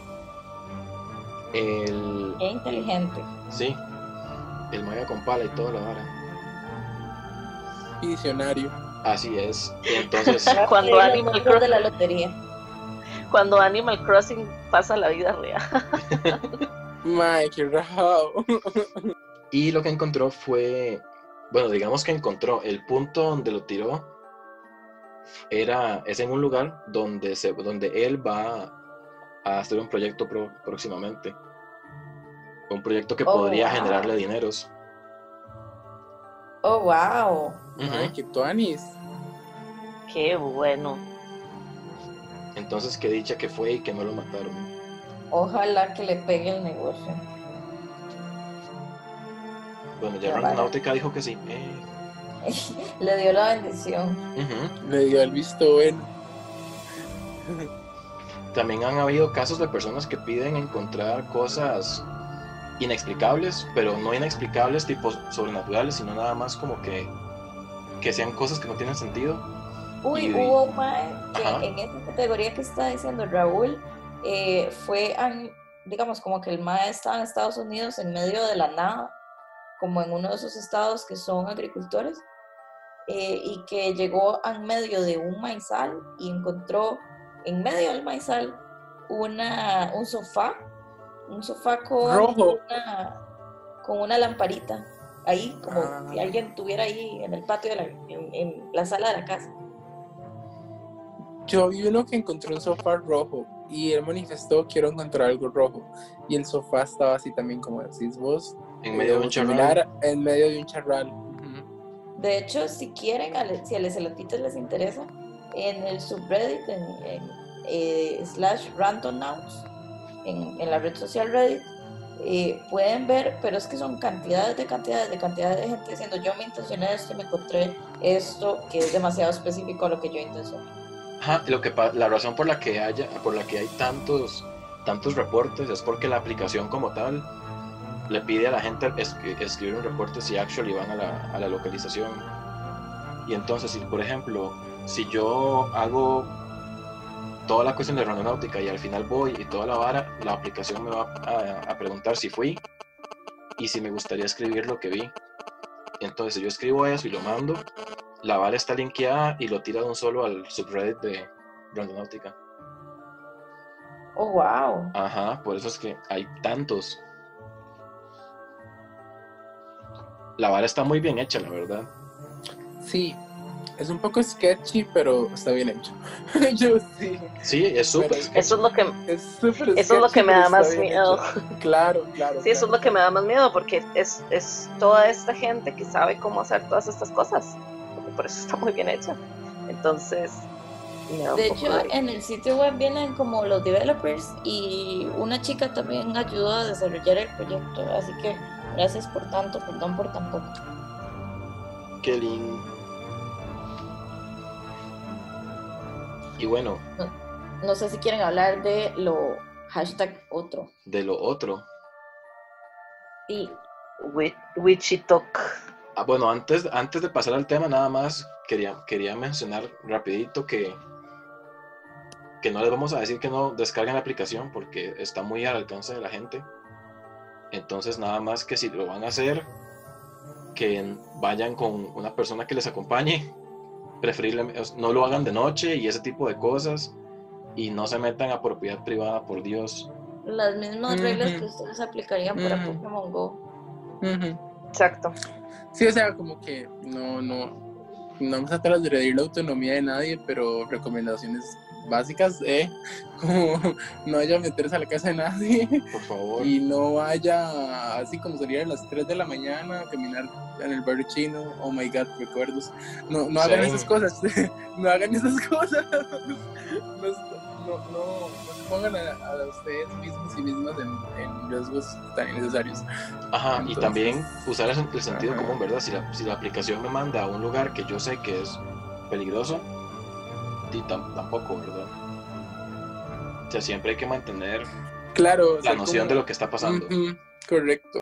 El... Qué inteligente. Sí, el maya con pala y toda la vara. Visionario. Así es. Y entonces, Cuando Eh, Animal los Crossing, de la lotería. cuando Animal Crossing pasa a la vida real. Mae, qué rajado. y lo que encontró fue, bueno, digamos que encontró el punto donde lo tiró, era, es en un lugar donde, se, donde él va a hacer un proyecto pro, próximamente. Un proyecto que Oh, podría wow. generarle dineros. Oh, wow. Mae, Ujú. qué tuanis. Qué bueno. Entonces, qué dicha que fue y que no lo mataron. Ojalá que le pegue el negocio. Bueno, Qué ya bárbaro. Randonáutica dijo que sí. Eh, Le dio la bendición. ujú. Le dio el visto bueno. También han habido casos de personas que piden encontrar cosas inexplicables, pero no inexplicables tipo sobrenaturales, sino nada más como que, que sean cosas que no tienen sentido. Uy, Y- hubo un mae que Ajá. en esa categoría que está diciendo Raúl, eh, fue, an- digamos, como que el mae estaba en Estados Unidos en medio de la nada, como en uno de esos estados que son agricultores, eh, y que llegó en medio de un maizal y encontró en medio del maizal una, un sofá, un sofá con Rojo. una, con una lamparita, ahí, como Ah. si alguien tuviera ahí en el patio, de la, en, en la sala de la casa. Yo vi uno que encontró un sofá rojo y él manifestó quiero encontrar algo rojo y el sofá estaba así también como decís vos, En medio de un eh, charral. similar, en medio de un charral. Ujú. De hecho, si quieren, a- si a los elotitos les interesa, en el subreddit, en, en, eh, slash randonauts, en, en la red social Reddit, eh, pueden ver, pero es que son cantidades de cantidades de cantidades de gente diciendo yo me intencioné esto y me encontré esto que es demasiado específico a lo que yo intencioné. Ajá, lo que pa- la razón por la que haya, por la que hay tantos, tantos reportes es porque la aplicación como tal le pide a la gente es- escribir un reporte si actually van a la, a la localización. Y entonces, si por ejemplo, si yo hago toda la cuestión de randonáutica y al final voy y toda la vara, la aplicación me va a, a preguntar si fui y si me gustaría escribir lo que vi. Entonces, si yo escribo eso y lo mando, la vara está linkeada y lo tira de un solo al subreddit de Randonáutica. Oh, wow. Ajá, por eso es que hay tantos. La vara está muy bien hecha, la verdad. Sí, es un poco sketchy, pero está bien hecho. Yo sí. Sí, es súper Pero sketchy. Eso es lo que, Es súper eso es lo sketchy, que me pero da está más bien miedo. hecho. Claro, claro. Sí, eso es claro. lo que me da más miedo, porque es, es toda esta gente que sabe cómo hacer todas estas cosas. Porque por eso está muy bien hecha. Entonces, me da un De poco hecho, de... en el sitio web vienen como los developers y una chica también ayudó a desarrollar el proyecto, así que gracias por tanto, perdón por tan poco. Qué lindo. Y bueno, No sé si quieren hablar de lo hashtag otro. de lo otro. Sí, Wi- Wichitok. Ah, bueno, antes, antes de pasar al tema, nada más quería, quería mencionar rapidito que, que no les vamos a decir que no descarguen la aplicación porque está muy al alcance de la gente. Entonces, nada más que si lo van a hacer, que vayan con una persona que les acompañe. Preferiblemente no lo hagan de noche y ese tipo de cosas. Y no se metan a propiedad privada, por Dios. las mismas reglas Ujú. que ustedes aplicarían para Ujú. Pokémon Go. Ujú. Exacto. Sí, o sea, como que no, no, no vamos a transgredir la autonomía de nadie, pero recomendaciones básicas, ¿eh? Como no vaya a meterse a la casa de nadie Por favor. y no vaya así como salir a las tres de la mañana a caminar en el barrio chino. Oh my god, recuerdos. No, no hagan Same. esas cosas, no hagan esas cosas. No, no, no, no se pongan a, a ustedes mismos y mismas en, en riesgos tan innecesarios. Ajá, y Entonces, también usar el, el sentido ajá. común, ¿verdad? Si la, si la aplicación me manda a un lugar que yo sé que es peligroso, y tam- tampoco, ¿verdad? O sea, siempre hay que mantener Claro, o la sea, noción como- de lo que está pasando. Ujú, correcto.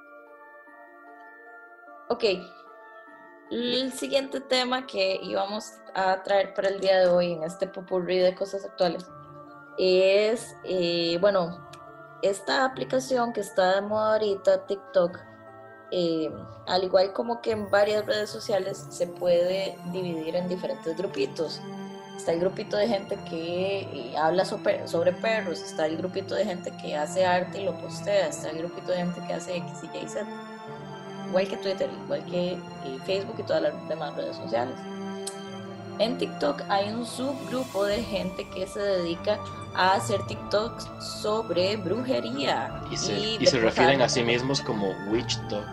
Ok, el siguiente tema que íbamos a traer para el día de hoy en este popurrí de cosas actuales es, eh, bueno, esta aplicación que está de moda ahorita, TikTok, Eh, al igual como que en varias redes sociales se puede dividir en diferentes grupitos. Está el grupito de gente que eh, habla sobre, sobre perros, está el grupito de gente que hace arte y lo postea, está el grupito de gente que hace X, Y y Z. Igual que Twitter, igual que eh, Facebook y todas las demás redes sociales. En TikTok hay un subgrupo de gente que se dedica a hacer TikToks sobre brujería. Y se, y y se refieren a sí mismos como Witch Talk.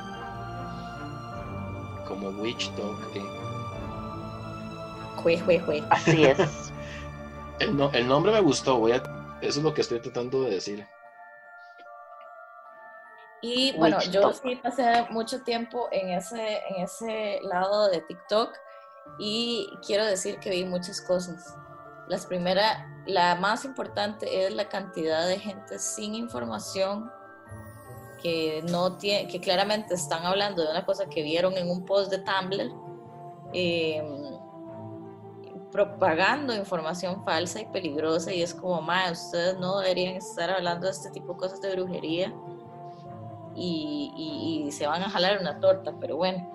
Como Witch Talk, ¿eh? Jue, jue, jue. Así es. El, no, el nombre me gustó, voy a, eso es lo que estoy tratando de decir. Y bueno, Witch yo Talk. sí pasé mucho tiempo en ese, en ese lado de TikTok y quiero decir que vi muchas cosas. Las primeras, la más importante es la cantidad de gente sin información que, no tiene, que claramente están hablando de una cosa que vieron en un post de Tumblr, eh, propagando información falsa y peligrosa, y es como, ma, ustedes no deberían estar hablando de este tipo de cosas de brujería y, y, y se van a jalar una torta, pero bueno.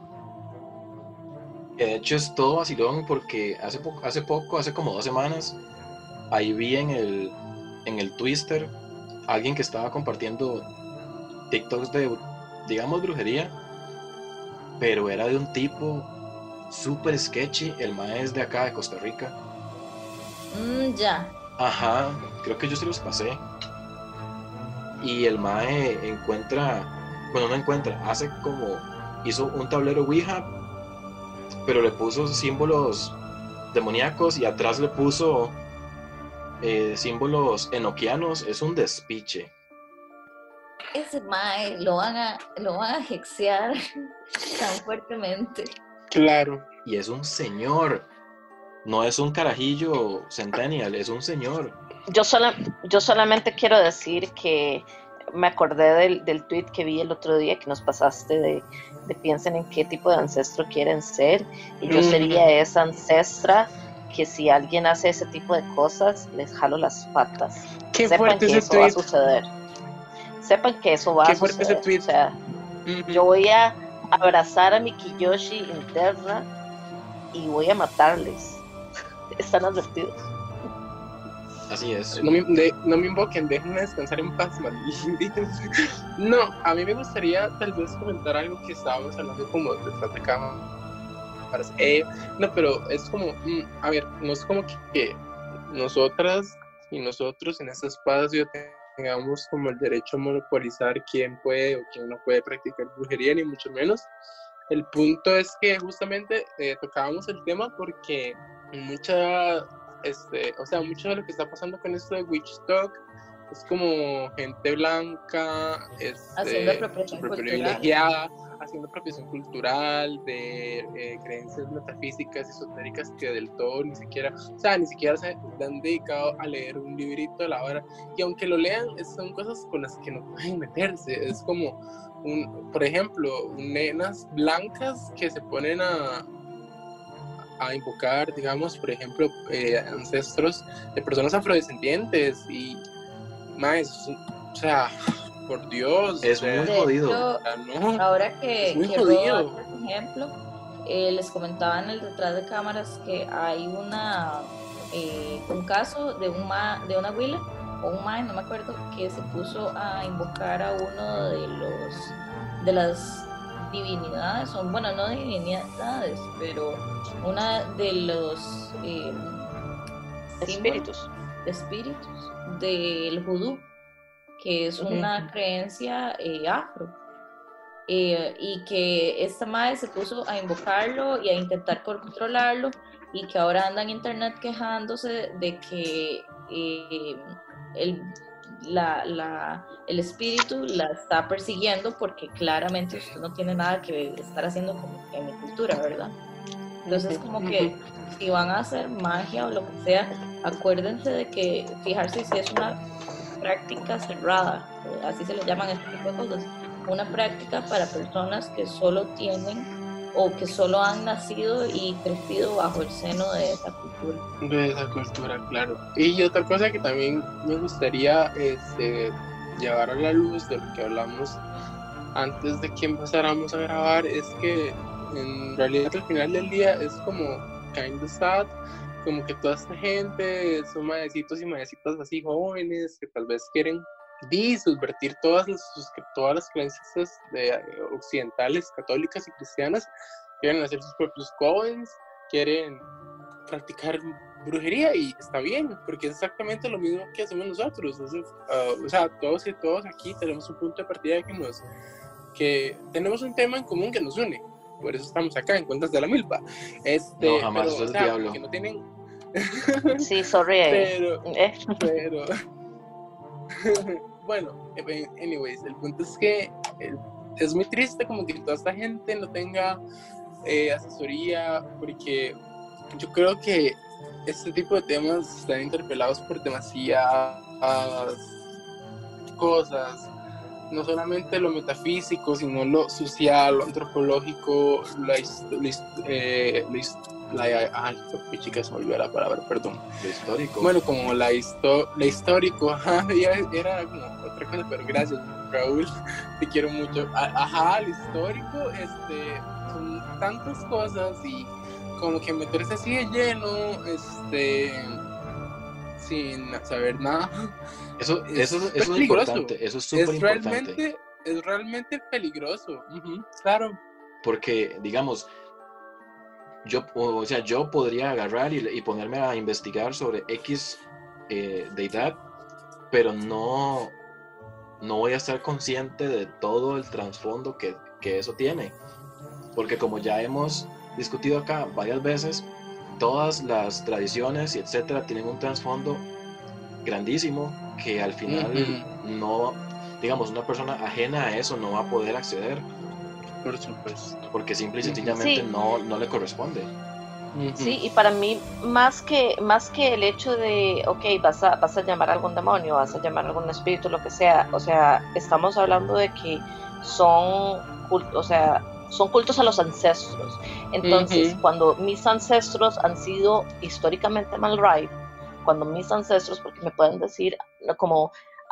De hecho es todo vacilón porque hace poco, hace poco, hace como dos semanas, ahí vi en el, en el Twitter alguien que estaba compartiendo TikToks de, digamos, brujería, pero era de un tipo súper sketchy. El mae es de acá, de Costa Rica. Mm, ya. Ajá, creo que yo se los pasé. Y el mae encuentra, bueno, no encuentra, hace como, hizo un tablero Ouija, pero le puso símbolos demoníacos y atrás le puso eh, símbolos enoquianos. Es un despiche. Ese mae lo van a, lo van a hexear tan fuertemente. Claro. Y es un señor. No es un carajillo centennial, es un señor. Yo, sola, yo solamente quiero decir que me acordé del, del tweet que vi el otro día que nos pasaste de, de piensen en qué tipo de ancestro quieren ser, y yo sería esa ancestra que si alguien hace ese tipo de cosas les jalo las patas. Qué Sepan fuerte que ese eso tweet. va a suceder. Sepan que eso va Qué a fuerte suceder. ese tweet. O sea, Uh-huh. yo voy a abrazar a mi Kiyoshi interna y voy a matarles. Están advertidos. Así es. No me, de, no me invoquen, déjenme descansar en paz, malditos. No, a mí me gustaría tal vez comentar algo que estábamos hablando como detrás de cámaras. Eh, no, pero es como, mm, a ver, no es como que, que nosotras y nosotros en este espacio tengamos como el derecho a monopolizar quién puede o quién no puede practicar brujería, ni mucho menos. El punto es que justamente eh, tocábamos el tema porque mucha... Este, o sea, mucho de lo que está pasando con esto de Witch Talk es como gente blanca, este, Haciendo apropiación super cultural. privilegiada, haciendo apropiación cultural de eh, creencias metafísicas, esotéricas que del todo ni siquiera, o sea, ni siquiera se han dedicado a leer un librito a la hora, y aunque lo lean, son cosas con las que no pueden meterse. Es como, un, por ejemplo, nenas blancas que se ponen a a invocar, digamos, por ejemplo, eh, ancestros de personas afrodescendientes y más, o sea, por Dios, Es o sea, muy De jodido. hecho, no, ahora que, es muy que jodido. Rob hace ese ejemplo, eh, les comentaba en el detrás de cámaras que hay una eh, un caso de un ma, de una huila o un mae, no me acuerdo, que se puso a invocar a uno de los de las divinidades, o bueno, no divinidades, pero una de los eh, Espíritus. espíritus del vudú, que es una uh-huh. creencia eh, afro, eh, y que esta madre se puso a invocarlo y a intentar controlarlo, y que ahora anda en internet quejándose de que eh, el La, la, el espíritu la está persiguiendo porque claramente usted no tiene nada que estar haciendo como en mi cultura, ¿verdad? Entonces como que si van a hacer magia o lo que sea, acuérdense de que fijarse si es una práctica cerrada, así se le llaman este tipo de cosas, una práctica para personas que solo tienen o que solo han nacido y crecido bajo el seno de esa cultura. De esa cultura, claro. Y otra cosa que también me gustaría este, llevar a la luz de lo que hablamos antes de que empezáramos a grabar es que en realidad al final del día es como kind of sad, como que toda esta gente son maecitos y maecitas así jóvenes que tal vez quieren di, subvertir todas las, todas las creencias de, occidentales, católicas y cristianas, quieren hacer sus propios covens, quieren practicar brujería y está bien, porque es exactamente lo mismo que hacemos nosotros. Es, uh, o sea, todos y todos aquí tenemos un punto de partida que nos, que tenemos un tema en común que nos une. Por eso estamos acá en Cuentas de la Milpa. Este, no, jamás, pero, eso es o sea, diablo. que no tienen... Sí, sorry. pero, eh. pero... bueno, anyways, el punto es que es muy triste como que toda esta gente no tenga eh, asesoría, porque yo creo que este tipo de temas están interpelados por demasiadas cosas, no solamente lo metafísico, sino lo social, lo antropológico, la, la, eh, la, la ay, qué chica se me olvidó la palabra, perdón. Lo histórico. Bueno, como la, histo, la histórico, ajá, era como otra cosa, pero gracias, Raúl, te quiero mucho. Ajá, lo histórico, este, son tantas cosas y como que meterse así de lleno, este, sin saber nada. Eso, es eso, eso es importante, eso es súper es importante. Realmente, es realmente peligroso, uh-huh, claro. Porque, digamos, yo, o sea, yo podría agarrar y, y ponerme a investigar sobre X eh, deidad, pero no, no voy a estar consciente de todo el trasfondo que, que eso tiene. Porque como ya hemos discutido acá varias veces, todas las tradiciones y etcétera tienen un trasfondo grandísimo que al final uh-huh. no, digamos, una persona ajena a eso no va a poder acceder. Por supuesto. Porque simple y sencillamente sí. no, no le corresponde. Uh-huh. Sí, y para mí, más que, más que el hecho de, ok, vas a, vas a llamar a algún demonio, vas a llamar a algún espíritu, lo que sea, o sea, estamos hablando de que son, o sea, son cultos a los ancestros. Entonces, uh-huh. cuando mis ancestros han sido históricamente mal right, cuando mis ancestros, porque me pueden decir como,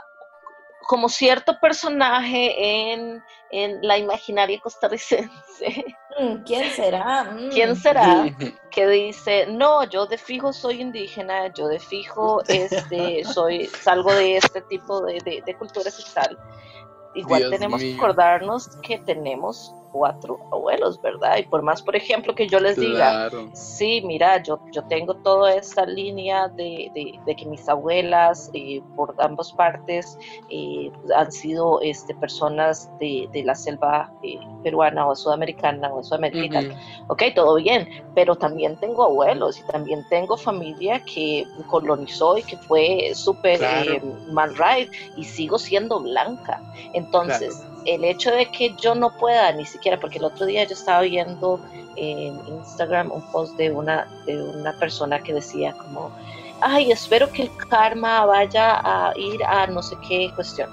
como cierto personaje en, en la imaginaria costarricense. ¿Quién será? Mm. ¿Quién será? Que dice, no, yo de fijo soy indígena, yo de fijo este, soy, salgo de este tipo de, de, de culturas y tal. Igual Dios tenemos mío. que acordarnos que tenemos cuatro abuelos, ¿verdad? Y por más, por ejemplo, que yo les claro. diga, sí, mira, yo, yo tengo toda esta línea de, de, de que mis abuelas, eh, por ambas partes, eh, han sido este, personas de, de la selva eh, peruana o sudamericana o sudamericana. Uh-huh. Ok, todo bien, pero también tengo abuelos y también tengo familia que colonizó y que fue súper claro. eh, mal right y sigo siendo blanca. Entonces, claro. el hecho de que yo no pueda ni siquiera, porque el otro día yo estaba viendo en Instagram un post de una, de una persona que decía como, ay, espero que el karma vaya a ir a no sé qué cuestión.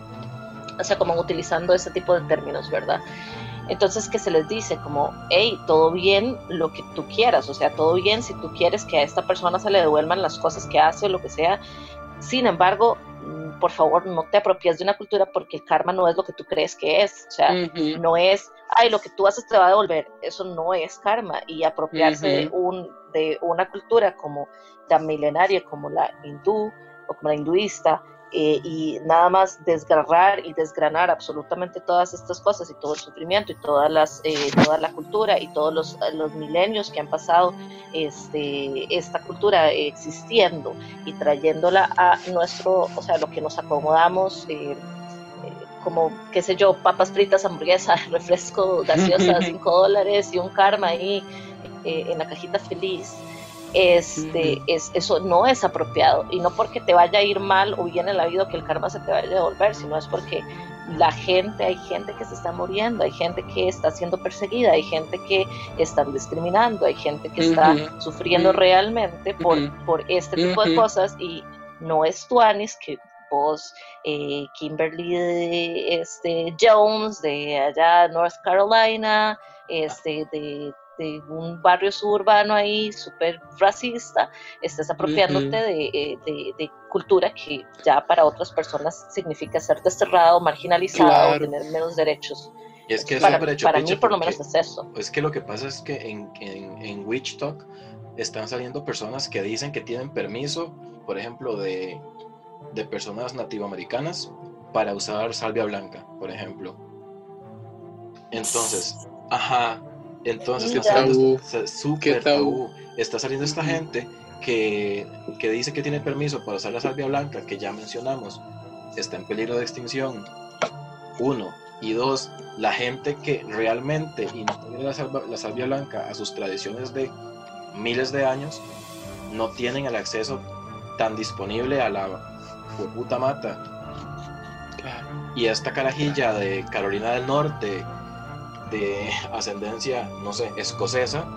O sea, como utilizando ese tipo de términos, ¿verdad? Entonces, que se les dice como, hey, todo bien lo que tú quieras, o sea, todo bien si tú quieres que a esta persona se le devuelvan las cosas que hace o lo que sea. Sin embargo, por favor, no te apropies de una cultura porque el karma no es lo que tú crees que es. O sea, uh-huh. no es, ay, lo que tú haces te va a devolver. Eso no es karma. Y apropiarse uh-huh. de, un, de una cultura como tan milenaria como la hindú o como la hinduista, eh, y nada más desgarrar y desgranar absolutamente todas estas cosas y todo el sufrimiento y todas las, eh, toda la cultura y todos los, los milenios que han pasado este, esta cultura eh, existiendo y trayéndola a nuestro, o sea, lo que nos acomodamos, eh, eh, como, qué sé yo, papas fritas, hamburguesas, refresco, gaseosa, cinco dólares y un karma ahí eh, en la cajita feliz. Este, uh-huh. es, eso no es apropiado, y no porque te vaya a ir mal o bien en la vida que el karma se te vaya a devolver, sino es porque la gente, hay gente que se está muriendo, hay gente que está siendo perseguida, hay gente que están discriminando, hay gente que uh-huh. está sufriendo uh-huh. realmente por, uh-huh. por este tipo uh-huh. de cosas, y no es tu anis que vos, eh, Kimberly de, este, Jones de allá North Carolina, este, de de un barrio suburbano ahí súper racista, estás apropiándote uh-huh. de, de, de cultura que ya para otras personas significa ser desterrado, marginalizado, claro. tener menos derechos. Y es que es para, hecho para mí por lo menos es eso. Es que lo que pasa es que en, en, en Witch Talk están saliendo personas que dicen que tienen permiso, por ejemplo, de, de personas nativoamericanas para usar salvia blanca, por ejemplo. Entonces, ajá, entonces está saliendo súper tabú. Está saliendo esta gente que, que dice que tiene permiso para usar la salvia blanca, que ya mencionamos, está en peligro de extinción. Uno. Y dos, la gente que realmente integra la, salva, la salvia blanca a sus tradiciones de miles de años, no tienen el acceso tan disponible a la puta mata. Claro. Y esta carajilla de Carolina del Norte, de ascendencia, no sé, escocesa,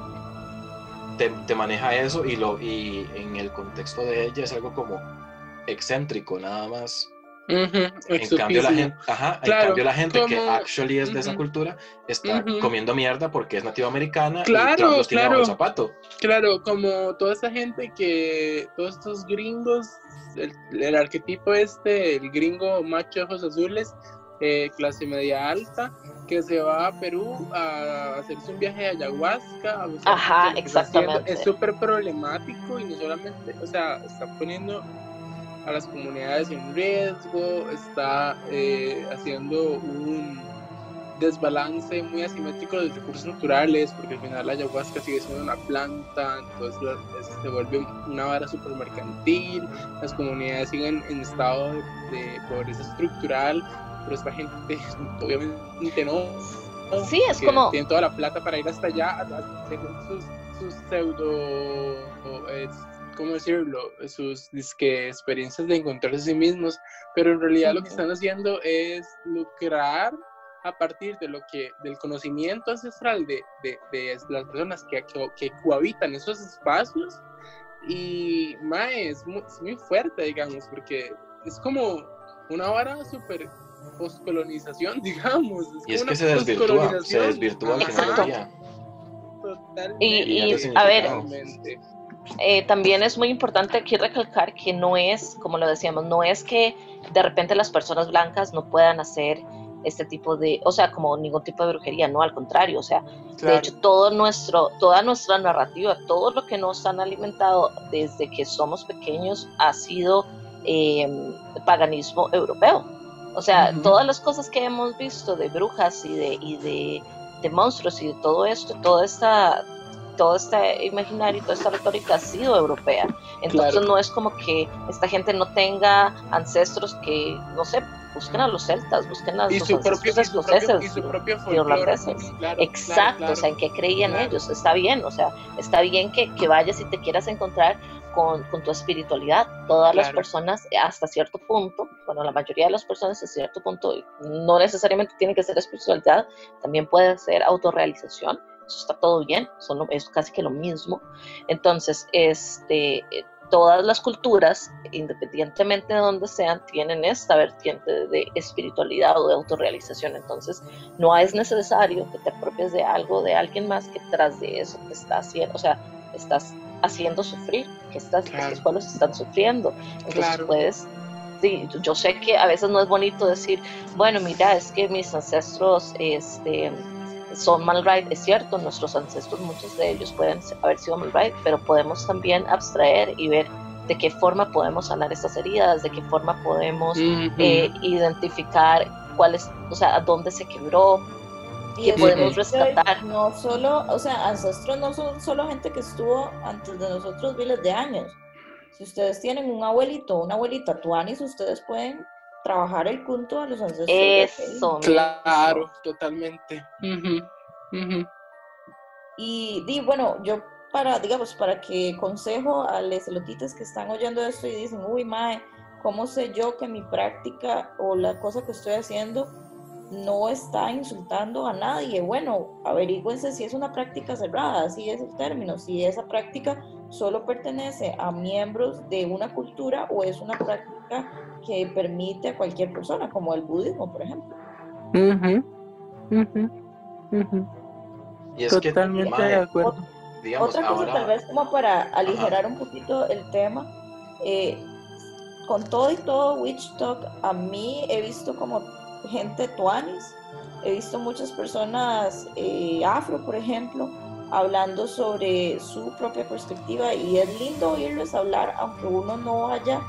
te, te maneja eso y, lo, y en el contexto de ella es algo como excéntrico, nada más. Uh-huh, en cambio la gente, ajá, claro, en cambio la gente como, que actually es uh-huh, de esa cultura está uh-huh. comiendo mierda porque es nativoamericana claro, y Trump los tiene claro, bajo el zapato. Claro, como toda esa gente que, todos estos gringos, el, el arquetipo este, el gringo macho de ojos azules, eh, clase media alta, que se va a Perú a hacerse un viaje de ayahuasca. O sea, ajá, exactamente. Es súper problemático y no solamente, o sea, está poniendo a las comunidades en riesgo, está eh, haciendo un desbalance muy asimétrico de los recursos naturales, porque al final la ayahuasca sigue siendo una planta, entonces la, es, se vuelve una vara súper mercantil, las comunidades siguen en estado de, de pobreza estructural, pero esta gente obviamente no. Sí, es como... Tienen toda la plata para ir hasta allá, según sus, sus pseudo... Eh, ¿cómo decirlo? Sus disque, experiencias de encontrarse a sí mismos, pero en realidad uh-huh. lo que están haciendo es lucrar a partir de lo que, del conocimiento ancestral de, de, de las personas que, que, que cohabitan esos espacios, y mae, es muy, es muy fuerte, digamos, porque es como una vara súper postcolonización, digamos. Es y es que se desvirtúa, se desvirtúa al final del día. Totalmente. Y, y a ver, eh, también es muy importante aquí recalcar que no es, como lo decíamos, no es que de repente las personas blancas no puedan hacer este tipo de, o sea, como ningún tipo de brujería, no, al contrario, o sea, claro. De hecho, todo nuestro, toda nuestra narrativa, todo lo que nos han alimentado desde que somos pequeños ha sido eh, paganismo europeo. O sea, uh-huh. todas las cosas que hemos visto de brujas y de, y de, de monstruos y de todo esto, toda esta, todo este imaginario y toda esta retórica ha sido europea. Entonces claro. no es como que esta gente no tenga ancestros que, no sé, busquen a los celtas, busquen a los ancestros escoceses, irlandeses. Claro, exacto, claro, claro. O sea, en qué creían claro. ellos. Está bien, o sea, está bien que, que vayas y te quieras encontrar con, con tu espiritualidad. Todas claro. las personas, hasta cierto punto, bueno, la mayoría de las personas, hasta cierto punto, no necesariamente tiene que ser espiritualidad, también puede ser autorrealización. Eso está todo bien, son, es casi que lo mismo. Entonces, este... todas las culturas, independientemente de donde sean, tienen esta vertiente de espiritualidad o de autorrealización. Entonces, no es necesario que te apropies de algo, de alguien más, que tras de eso te está haciendo, o sea, estás haciendo sufrir, que estas, claro. estos pueblos están sufriendo. Entonces, claro. puedes, sí, yo sé que a veces no es bonito decir, bueno, mira, es que mis ancestros, este... son Malrite, es cierto, nuestros ancestros, muchos de ellos pueden haber sido Malrite, pero podemos también abstraer y ver de qué forma podemos sanar estas heridas, de qué forma podemos uh-huh. eh, identificar cuál es, o sea, a dónde se quebró, y qué podemos rescatar. No solo, o sea, ancestros no son solo gente que estuvo antes de nosotros miles de años. Si ustedes tienen un abuelito o una abuelita tuanis, ustedes pueden trabajar el culto a los ancestros. Eso. Claro, eso. Totalmente. Uh-huh, uh-huh. Y, y bueno, yo para, digamos, para que consejo a los elotitas que están oyendo esto y dicen, uy, mae, ¿cómo sé yo que mi práctica o la cosa que estoy haciendo no está insultando a nadie? Bueno, averígüense si es una práctica cerrada, así es el término, si esa práctica solo pertenece a miembros de una cultura o es una práctica que permite a cualquier persona, como el budismo, por ejemplo. Uh-huh. Uh-huh. Uh-huh. Y es Totalmente que, de acuerdo. Digamos, Otra cosa ahora, tal vez como para aligerar ajá. un poquito el tema, eh, con todo y todo Witch Talk, a mí he visto como gente tuanis, he visto muchas personas eh, afro, por ejemplo, hablando sobre su propia perspectiva y es lindo oírles hablar, aunque uno no vaya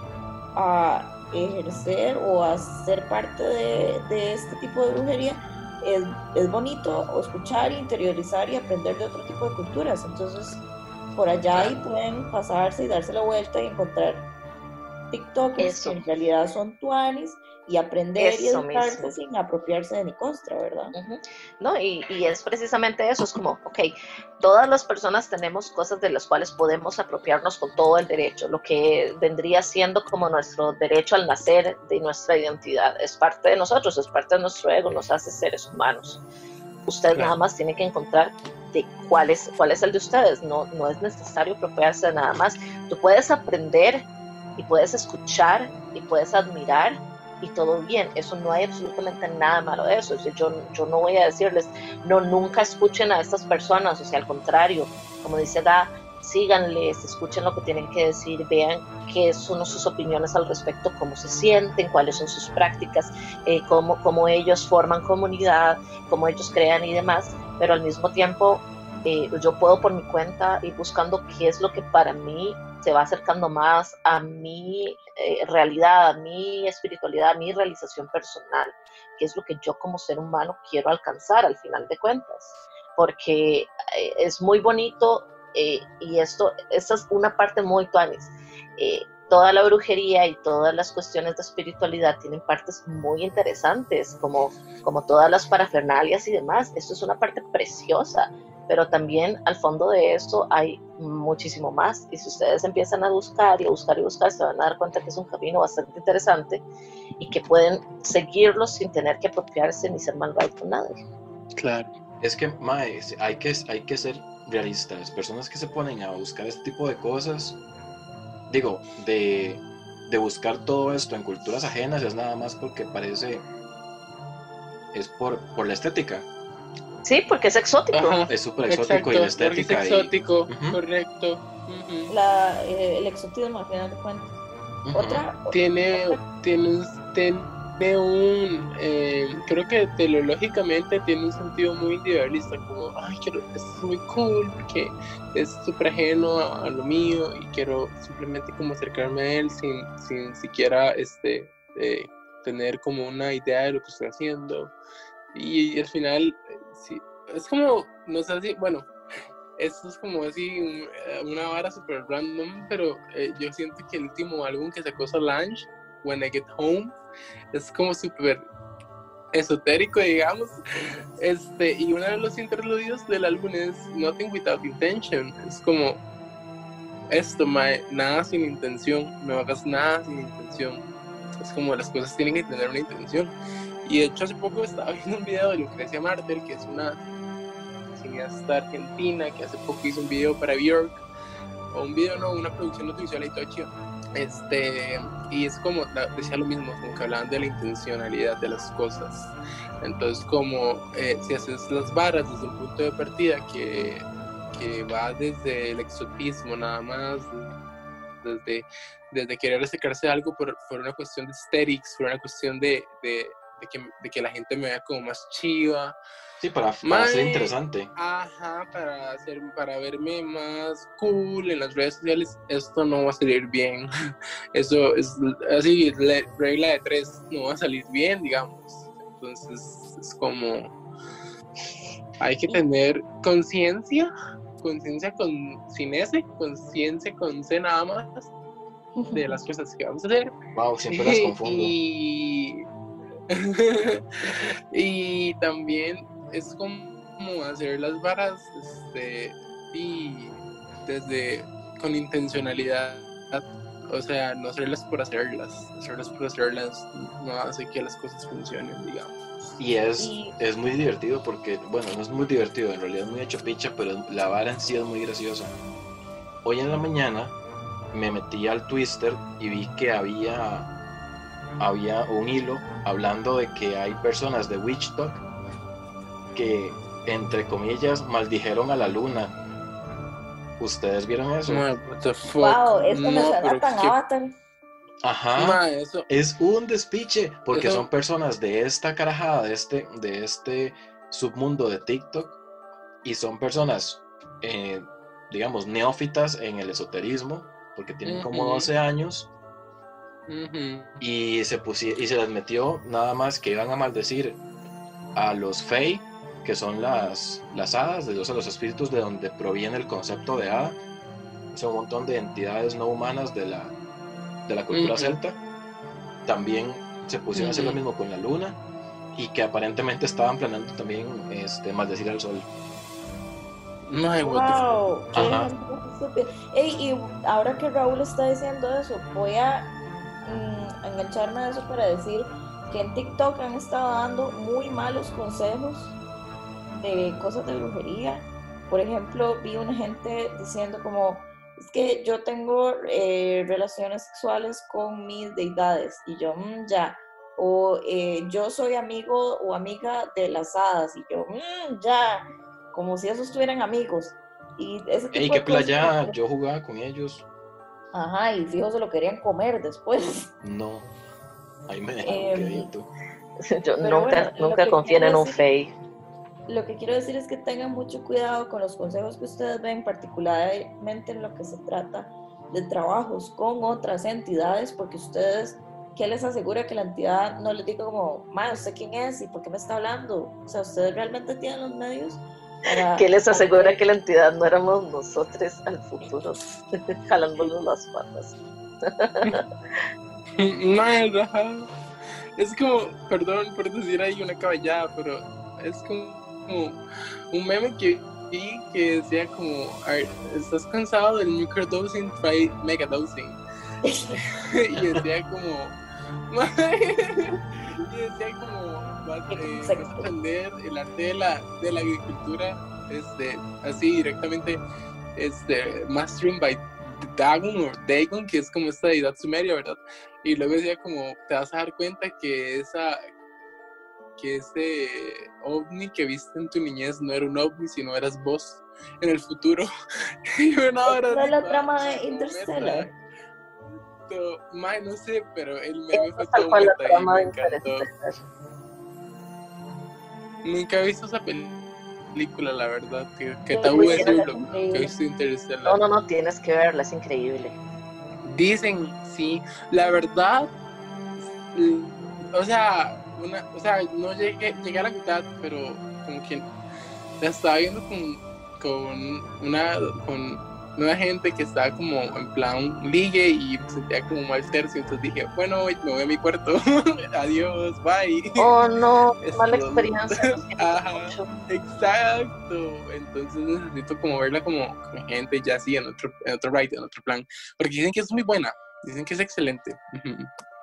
a ejercer o a ser parte de, de este tipo de brujería. Es, es bonito escuchar, interiorizar y aprender de otro tipo de culturas. Entonces, por allá ahí pueden pasarse y darse la vuelta y encontrar TikTokers Eso. que en realidad son tuanis y aprender y Eso educarse mismo. sin apropiarse de ni costra, ¿verdad? Ujú. No, y, y es precisamente eso, es como, ok, todas las personas tenemos cosas de las cuales podemos apropiarnos con todo el derecho, lo que vendría siendo como nuestro derecho al nacer de nuestra identidad, es parte de nosotros, es parte de nuestro ego, nos hace seres humanos. Usted Claro. nada más tiene que encontrar de cuál es, cuál es el de ustedes, no, no es necesario apropiarse de nada más. Tú puedes aprender y puedes escuchar y puedes admirar y todo bien, eso no hay absolutamente nada malo de eso. O sea, yo, yo no voy a decirles, no, nunca escuchen a estas personas, o sea, al contrario, como dice Da, síganles, escuchen lo que tienen que decir, vean qué son sus opiniones al respecto, cómo se sienten, cuáles son sus prácticas, eh, cómo, cómo ellos forman comunidad, cómo ellos crean y demás, pero al mismo tiempo eh, yo puedo por mi cuenta ir buscando qué es lo que para mí se va acercando más a mi eh, realidad, a mi espiritualidad, a mi realización personal, que es lo que yo como ser humano quiero alcanzar al final de cuentas, porque eh, es muy bonito eh, y esto, esta es una parte muy tuanis. Eh, toda la brujería y todas las cuestiones de espiritualidad tienen partes muy interesantes, como, como todas las parafernalias y demás. Esto es una parte preciosa, pero también al fondo de esto hay muchísimo más, y si ustedes empiezan a buscar y a buscar y buscar, se van a dar cuenta que es un camino bastante interesante y que pueden seguirlo sin tener que apropiarse ni ser malvados con nadie. Claro. Es que, mae, hay que, hay que ser realistas. Personas que se ponen a buscar este tipo de cosas, digo, de, de buscar todo esto en culturas ajenas, es nada más porque parece, es por, por la estética. Sí, porque es exótico. Ajá, es súper exótico. exacto, Y la estética. Es exótico, y, uh-huh. correcto. Uh-huh. La, eh, el exotismo, al final de cuentas. Uh-huh. Otra. Tiene, otra. tiene un. Tiene un eh, creo que teológicamente tiene un sentido muy individualista, como, ay, quiero, esto es muy cool porque es súper ajeno a, a lo mío y quiero simplemente como acercarme a él sin, sin siquiera este, eh, tener como una idea de lo que estoy haciendo. Y, y al final, sí, es como, no sé si, bueno, esto es como así una vara súper random, pero eh, yo siento que el último álbum que sacó Solange, When I Get Home, es como súper esotérico, digamos, este, y uno de los interludios del álbum es Nothing Without Intention. Es como esto, mae, nada sin intención, no hagas nada sin intención. Es como las cosas tienen que tener una intención. Y de hecho hace poco estaba viendo un video de Lucrecia Martel, que es una cineasta argentina que hace poco hizo un video para Björk, o un video, no, una producción audiovisual y todo chido. Este, y es como, decía lo mismo, como que hablaban de la intencionalidad de las cosas. Entonces, como eh, si haces las varas desde un punto de partida que, que va desde el exotismo nada más, desde, desde querer acercarse a algo por, por una cuestión de aesthetics, por una cuestión de, de, de, que, de que la gente me vea como más chiva. Sí, para, para ser interesante. Ajá, para, hacer, para verme más cool en las redes sociales, esto no va a salir bien. Eso es así, la regla de tres, no va a salir bien, digamos. Entonces, es como, hay que tener conciencia, conciencia con, sin S, conciencia con C nada más, de las cosas que vamos a hacer. Wow, siempre las confundo. Y, y también es como hacer las varas este, y desde con intencionalidad, o sea, no hacerlas por hacerlas, hacerlas por hacerlas no hace que las cosas funcionen, digamos. Y es, y... es muy divertido porque, bueno, no es muy divertido, en realidad es muy hecho picha, pero la vara en sí es muy graciosa. Hoy en la mañana me metí al Twister y vi que había, había un hilo hablando de que hay personas de Witch Talk que entre comillas, maldijeron a la luna. ¿Ustedes vieron eso? Man, what the fuck? Wow, esto me No, suena pero tan qué- Avatar. Ajá. Man, eso, Es un despiche, porque Eso- son personas de esta carajada, de este, de este submundo de TikTok, y son personas, eh, digamos, neófitas en el esoterismo, porque tienen como Ujú. doce años, ujú, y se, pusi- y se les metió nada más que iban a maldecir a los Fey, que son las, las hadas, de los, los espíritus de donde proviene el concepto de hada. Son un montón de entidades no humanas de la, de la cultura Ujú. celta. También se pusieron a hacer lo Ujú. mismo con la luna, y que aparentemente estaban planeando también este, maldecir al sol. man, what the fuck? Wow, qué Ajá. gente más estúpida. Ey, y ahora que Raúl está diciendo eso, voy a mm, engancharme a eso para decir que en TikTok han estado dando muy malos consejos de cosas de brujería. Por ejemplo, vi una gente diciendo como, es que yo tengo eh, relaciones sexuales con mis deidades, y yo, "Mm, ya", o eh, yo soy amigo o amiga de las hadas, y yo, "Mm, ya", como si esos estuvieran amigos. Y ese tipo Ey, de qué cosas, playa, yo jugaba con ellos. ajá, y fijo se lo querían comer después. No, ahí me dejaron Em, quedito. Yo Pero nunca, bueno, lo nunca que confíen en quiero un decir- fey. Lo que quiero decir es que tengan mucho cuidado con los consejos que ustedes ven, particularmente en lo que se trata de trabajos con otras entidades, porque ustedes, ¿qué les asegura que la entidad no les diga como, ma, ¿usted quién es y por qué me está hablando? O sea, ustedes realmente tienen los medios para... ¿Qué les para asegura poder- que la entidad no éramos nosotros al futuro? Jalándonos las patas. Man, ajá. Es como, perdón por decir ahí una caballada, pero es como, como un meme que vi que decía como, "A ver, ¿estás cansado del microdosing? Try megadosing". Y decía como, y decía como, vas, Qué eh, concepto. vas a aprender el arte de la, de la agricultura, este, así directamente, este, mastering by Dagon o Dagon, que es como esta deidad sumeria, ¿verdad? Y luego decía como, te vas a dar cuenta que esa, que ese ovni que viste en tu niñez no era un ovni, sino eras vos en el futuro. Y una hora ¿Esa es así, la toda- trama de todo Interstellar? meta, todo- mae, no sé, pero el meme Eso fue es tal todo cual la meta y trama me de encantó. Interestelar. Nunca he visto esa película, la verdad. Que, que Yo tabú vi que decirlo. era Que increíble. he visto Interstellar. No, no, no, tienes que verla, es increíble. Dicen, sí, la verdad, mm, o sea, una, o sea, no llegué, llegué a la mitad, pero como que la estaba viendo con, con una, con una gente que estaba como en plan ligue y me sentía como mal tercio, entonces dije, bueno, me voy a mi cuarto, adiós, bye. Oh, no, qué Es mala todo. experiencia. lo siento Ajá. mucho. Exacto, entonces necesito como verla como con gente ya así en otro, en otro ride, en otro plan, porque dicen que es muy buena, dicen que es excelente. Ujú.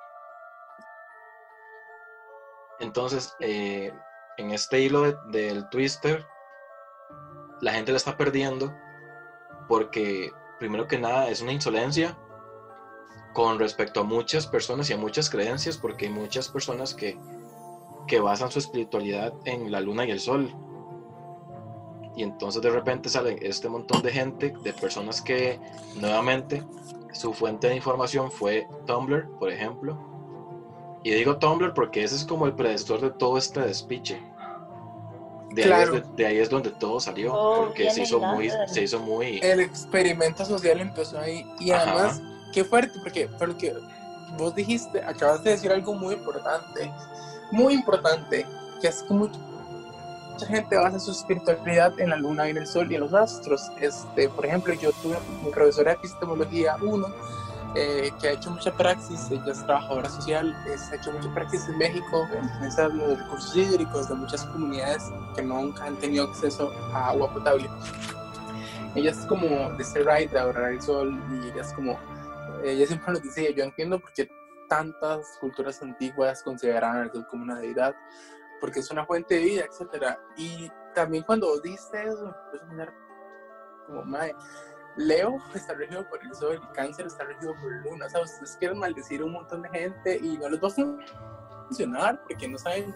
Entonces, eh, en este hilo de- del Twister, la gente la está perdiendo porque, primero que nada, es una insolencia con respecto a muchas personas y a muchas creencias, porque hay muchas personas que, que basan su espiritualidad en la luna y el sol. Y entonces de repente sale este montón de gente, de personas que, nuevamente, su fuente de información fue Tumblr, por ejemplo. Y digo Tumblr porque ese es como el predecesor de todo este despiche. De, Claro. ahí, es de, de ahí es donde todo salió, Todo porque viene se hizo hilado muy, del- se hizo muy, El experimento social empezó ahí. Y Ajá. además, qué fuerte, porque, porque vos dijiste, acabas de decir algo muy importante, muy importante, que es que mucha, mucha gente basa su espiritualidad en la luna y en el sol y en los astros. Este, por ejemplo, yo tuve mi profesora de epistemología uno, eh, que ha hecho mucha praxis, ella es trabajadora social, es, ha hecho mucha praxis en México, en defensa de los recursos hídricos de muchas comunidades que nunca han tenido acceso a agua potable. Ella es como de este ride de adorar el sol, y ella es como, ella siempre nos decía, yo entiendo por qué tantas culturas antiguas consideraban al sol como una deidad, porque es una fuente de vida, etcétera. Y también cuando vos dijiste eso, me puse a mirar como, mae, Leo está regido por el sol y Cáncer está regido por la luna. O sea, ustedes quieren maldecir a un montón de gente y no les va a funcionar porque no saben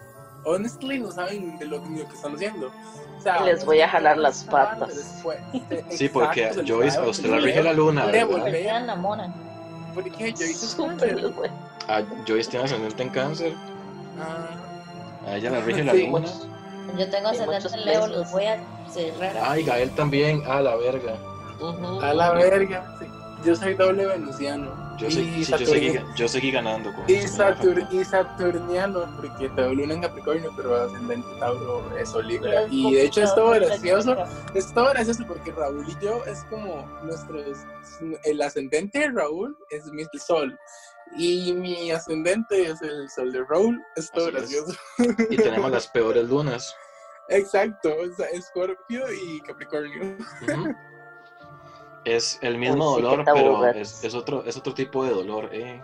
honestly no saben de lo, de lo que están haciendo. O sea, les voy a jalar las patas. Después, Sí, porque exacto, Joyce, a usted la rige la luna, Le ¿verdad? volvía- la mona. ¿Por qué Joyce es Súper cáncer? bueno. A Joyce tiene ascendente en cáncer, Ah, a ella la rige la Sí, luna. muchos. Yo tengo Sí, ascendente muchos en Leo, places. los voy a cerrar. Ay, Gael también, a la verga. Ujú. a la verga. Sí. Yo soy doble venusiano. Yo, y seguí, sí, yo, Saturni- seguí, yo seguí ganando con Y, eso, me Satur- faltó. y Saturniano, porque tengo luna en Capricornio, pero ascendente Tauro es Sol Libra. Es Y de hecho es todo poquito- gracioso, es todo gracioso porque Raúl y yo es como nuestros, el ascendente de Raúl es mi Sol. Y mi ascendente es el Sol de Raúl, es todo Así es. gracioso. Y tenemos las peores lunas. Exacto, o sea, Escorpio y Capricornio. Ujú. Es el mismo Uy, sí, qué dolor, tabú, pero gatos. es, es, otro, es otro tipo de dolor. Eh.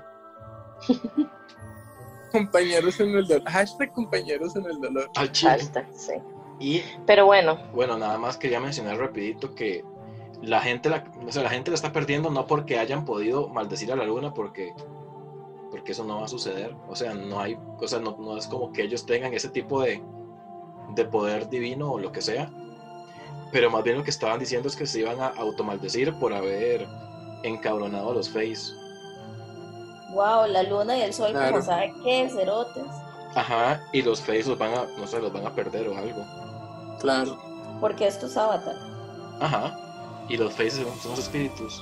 Compañeros en el dolor. Hashtag compañeros en el dolor. Al chile. Hashtag, sí. Y Pero bueno, bueno, nada más quería mencionar rapidito que la gente la, o sea, la gente la está perdiendo no porque hayan podido maldecir a la luna, porque, porque eso no va a suceder. O sea, no hay, o sea, no, no es como que ellos tengan ese tipo de, de poder divino o lo que sea. Pero más bien lo que estaban diciendo es que se iban a automaldecir por haber encabronado a los Fays. Wow, la luna y el sol, Claro. como saben qué, cerotes. Ajá, y los Fays los van a, no sé, los van a perder o algo. Claro. Porque esto es Avatar. Ajá, y los Fays son, son los espíritus.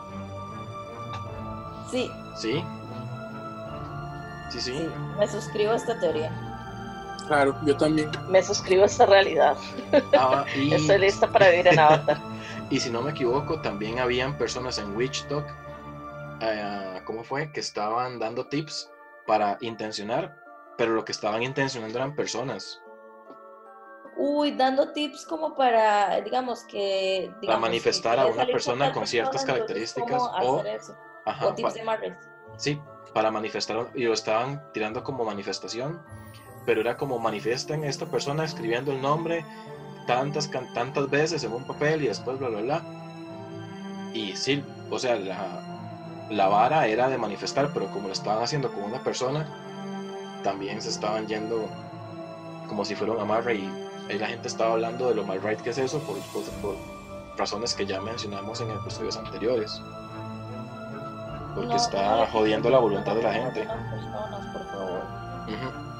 Sí, ¿Sí? Sí, sí. sí, me suscribo a esta teoría. Claro, yo también. me suscribo a esta realidad. Ah, y, Estoy lista para vivir en Avatar. y si no me equivoco, también habían personas en Witch Talk, eh, ¿cómo fue? Que estaban dando tips para intencionar, pero lo que estaban intencionando eran personas. Uy, dando tips como para, digamos que... Digamos, manifestar que a quiere una salir con persona tal con ciertas persona, entonces, características ¿cómo o- hacer eso? Ajá, O tips pa- de Marvel. sí, para manifestar, y lo estaban tirando como manifestación, pero era como manifiesten esta persona escribiendo el nombre tantas, can- tantas veces en un papel y después bla, bla, bla. Y sí, o sea, la, la vara era de manifestar, pero como lo estaban haciendo con una persona, también se estaban yendo como si fuera un amarre, y ahí la gente estaba hablando de lo mal right que es eso por, por, por razones que ya mencionamos en episodios anteriores. Porque No, está no, jodiendo la voluntad de la no, gente. no, personas, por favor. Ujú.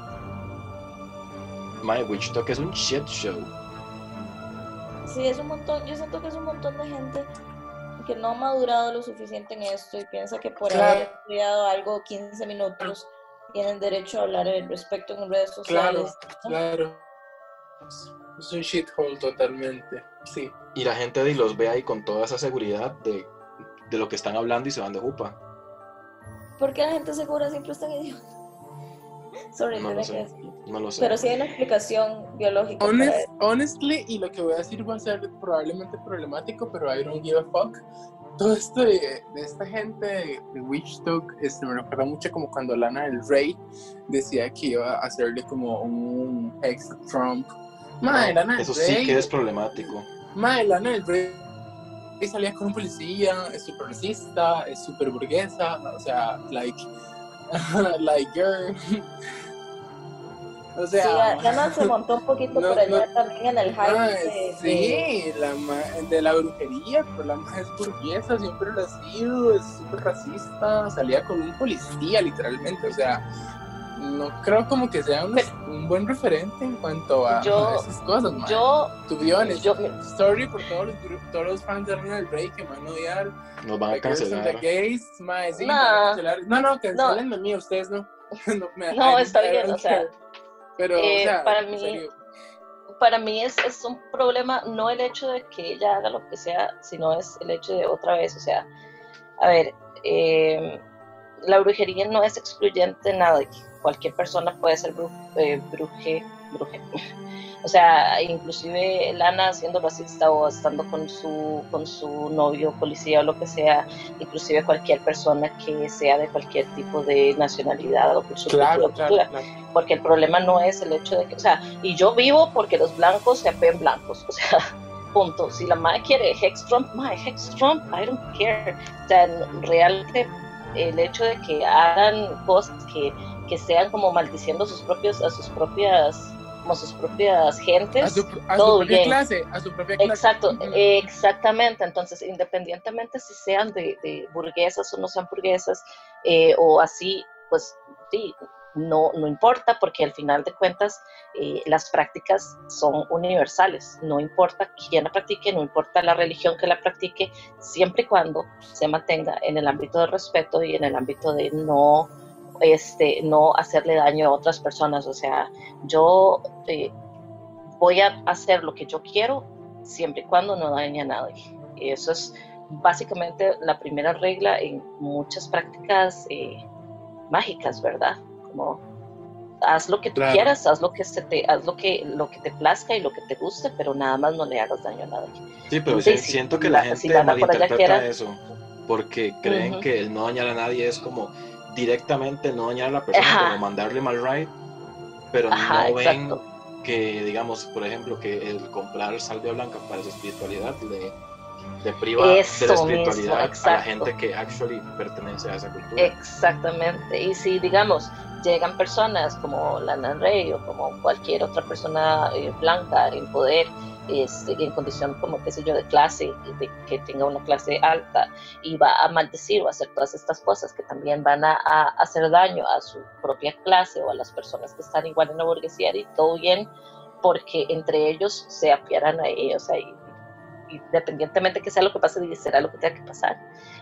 My Witch Talk es un shit show. Sí, es un montón, yo siento que es un montón de gente que no ha madurado lo suficiente en esto y piensa que por Claro. haber estudiado algo quince minutos tienen derecho a hablar al respecto en redes Claro, sociales. ¿no? claro. Es un shithole totalmente. Sí. Y la gente de los ve ahí con toda esa seguridad de, de lo que están hablando y se van de jupa. ¿Por qué la gente segura siempre está en idiota? Sorry, No lo tenía sé. que decir. No lo sé. Pero sí hay una explicación biológica. para Honest, eso. honestly, y lo que voy a decir va a ser probablemente problemático, pero I don't give a fuck. Todo esto de, de esta gente de, de Witch Talk este, me recuerda mucho como cuando Lana del Rey decía que iba a hacerle como un ex Trump. Madre, Lana del Eso Rey. sí que es problemático. Madre, Lana del Rey salía con un policía, es súper racista, es súper burguesa, o sea, like, like girl. O sea, Sí, Lana se montó un poquito no, por allá no. también en el hype ah, de, de- sí, la ma- de la brujería, pero la más es burguesa, siempre lo ha sido, es súper racista, salía con un policía literalmente, o sea, no creo como que sea un, un buen referente en cuanto a, Yo- a esas cosas, man. Yo, To be honest, yo- sorry por todos los, gru- todos los fans de Lana del Rey que me van a odiar. Nos van a The girls and cancelar. the gays, mae, sí, Nah. van a cancelar. No, no, cancelenme a mí, ustedes no. no, me- No, I- está I bien, don't o sea, care. Pero, eh, o sea, para en mí- serio, para mí es, es un problema, no el hecho de que ella haga lo que sea, sino es el hecho de otra vez, o sea, a ver, eh, la brujería no es excluyente de nada, cualquier persona puede ser bru eh, bruje, bruje. O sea, inclusive Lana siendo racista o estando con su, con su novio policía o lo que sea, inclusive cualquier persona que sea de cualquier tipo de nacionalidad o por su claro, cultura, claro, claro. porque el problema no es el hecho de que, o sea, y yo vivo porque los blancos se apeen blancos, o sea, punto. Si la madre quiere Hex Trump, madre, Hex Trump, I don't care. O sea, realmente el hecho de que hagan cosas que, que sean como maldiciendo a sus propios, a sus propias, como sus propias gentes, a su, a todo su propia bien. clase, a su propia clase. Exacto, exactamente. Entonces, independientemente si sean de, de burguesas o no sean burguesas, eh, o así, pues sí, no, no importa, porque al final de cuentas eh, las prácticas son universales. No importa quién la practique, no importa la religión que la practique, siempre y cuando se mantenga en el ámbito del respeto y en el ámbito de no, este, no hacerle daño a otras personas. O sea, yo eh, voy a hacer lo que yo quiero siempre y cuando no dañe a nadie. Y eso es básicamente la primera regla en muchas prácticas eh, mágicas, ¿verdad? Como haz lo que tú Claro. quieras, haz lo que se te, haz lo que, lo que te plazca y lo que te guste, pero nada más no le hagas daño a nadie. Sí, pero Sí, sí, sí, siento que si la va- gente si van a por allá malinterpreta quiera- eso, porque creen Ujú. que el no dañar a nadie es como directamente no dañar a la persona, Ajá. como mandarle mal ride, pero Ajá, no ven exacto. que, digamos, por ejemplo, que el comprar salvia blanca para su espiritualidad le, le priva Eso de la mismo, espiritualidad a la exacto. gente que actually pertenece a esa cultura. Exactamente. Y si, digamos, llegan personas como Lana del Rey o como cualquier otra persona eh, blanca en poder, este, en condición como, qué sé yo, de clase, de que tenga una clase alta, y va a maldecir o a hacer todas estas cosas que también van a, a hacer daño a su propia clase o a las personas que están igual en la burguesía, y todo bien, porque entre ellos se apiaran a ellos, o sea, y, independientemente que sea lo que pase, será lo que tenga que pasar.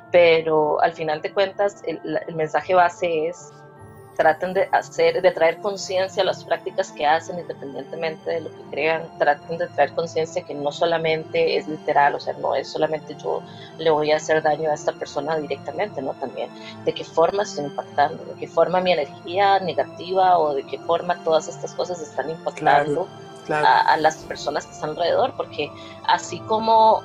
Pero al final de cuentas, el, el mensaje base es: traten de hacer, de traer conciencia a las prácticas que hacen, independientemente de lo que crean. Traten de traer conciencia que no solamente es literal, o sea, no es solamente yo le voy a hacer daño a esta persona directamente, no, también de qué forma estoy impactando, de qué forma mi energía negativa o de qué forma todas estas cosas están impactando. Claro. Claro. A, a las personas que están alrededor, porque así como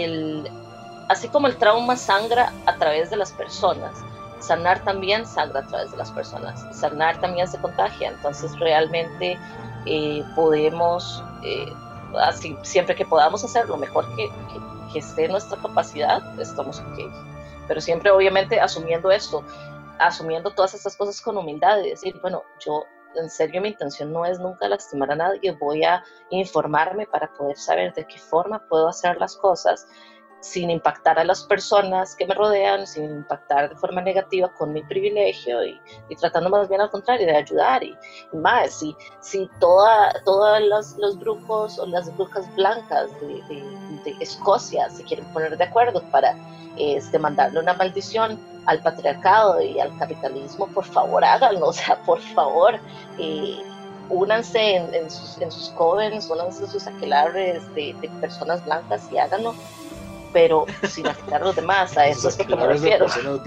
el así como el trauma sangra a través de las personas, sanar también sangra a través de las personas, sanar también se contagia. Entonces realmente eh, podemos eh, así, siempre que podamos hacer lo mejor que, que, que esté en nuestra capacidad, estamos ok, pero siempre obviamente asumiendo esto, asumiendo todas estas cosas con humildad y decir, bueno, yo en serio mi intención no es nunca lastimar a nadie, voy a informarme para poder saber de qué forma puedo hacer las cosas sin impactar a las personas que me rodean, sin impactar de forma negativa con mi privilegio, y, y tratando más bien al contrario de ayudar. Y, y más, si, si todas toda los, los brujos o las brujas blancas de, de, de Escocia se quieren poner de acuerdo para este, mandarle una maldición al patriarcado y al capitalismo, por favor háganlo, o sea, por favor, eh, únanse en, en, sus, en sus covens, únanse en sus aquelarres de, de personas blancas y háganlo, pero sin afectar a los demás. A eso es lo que me refiero.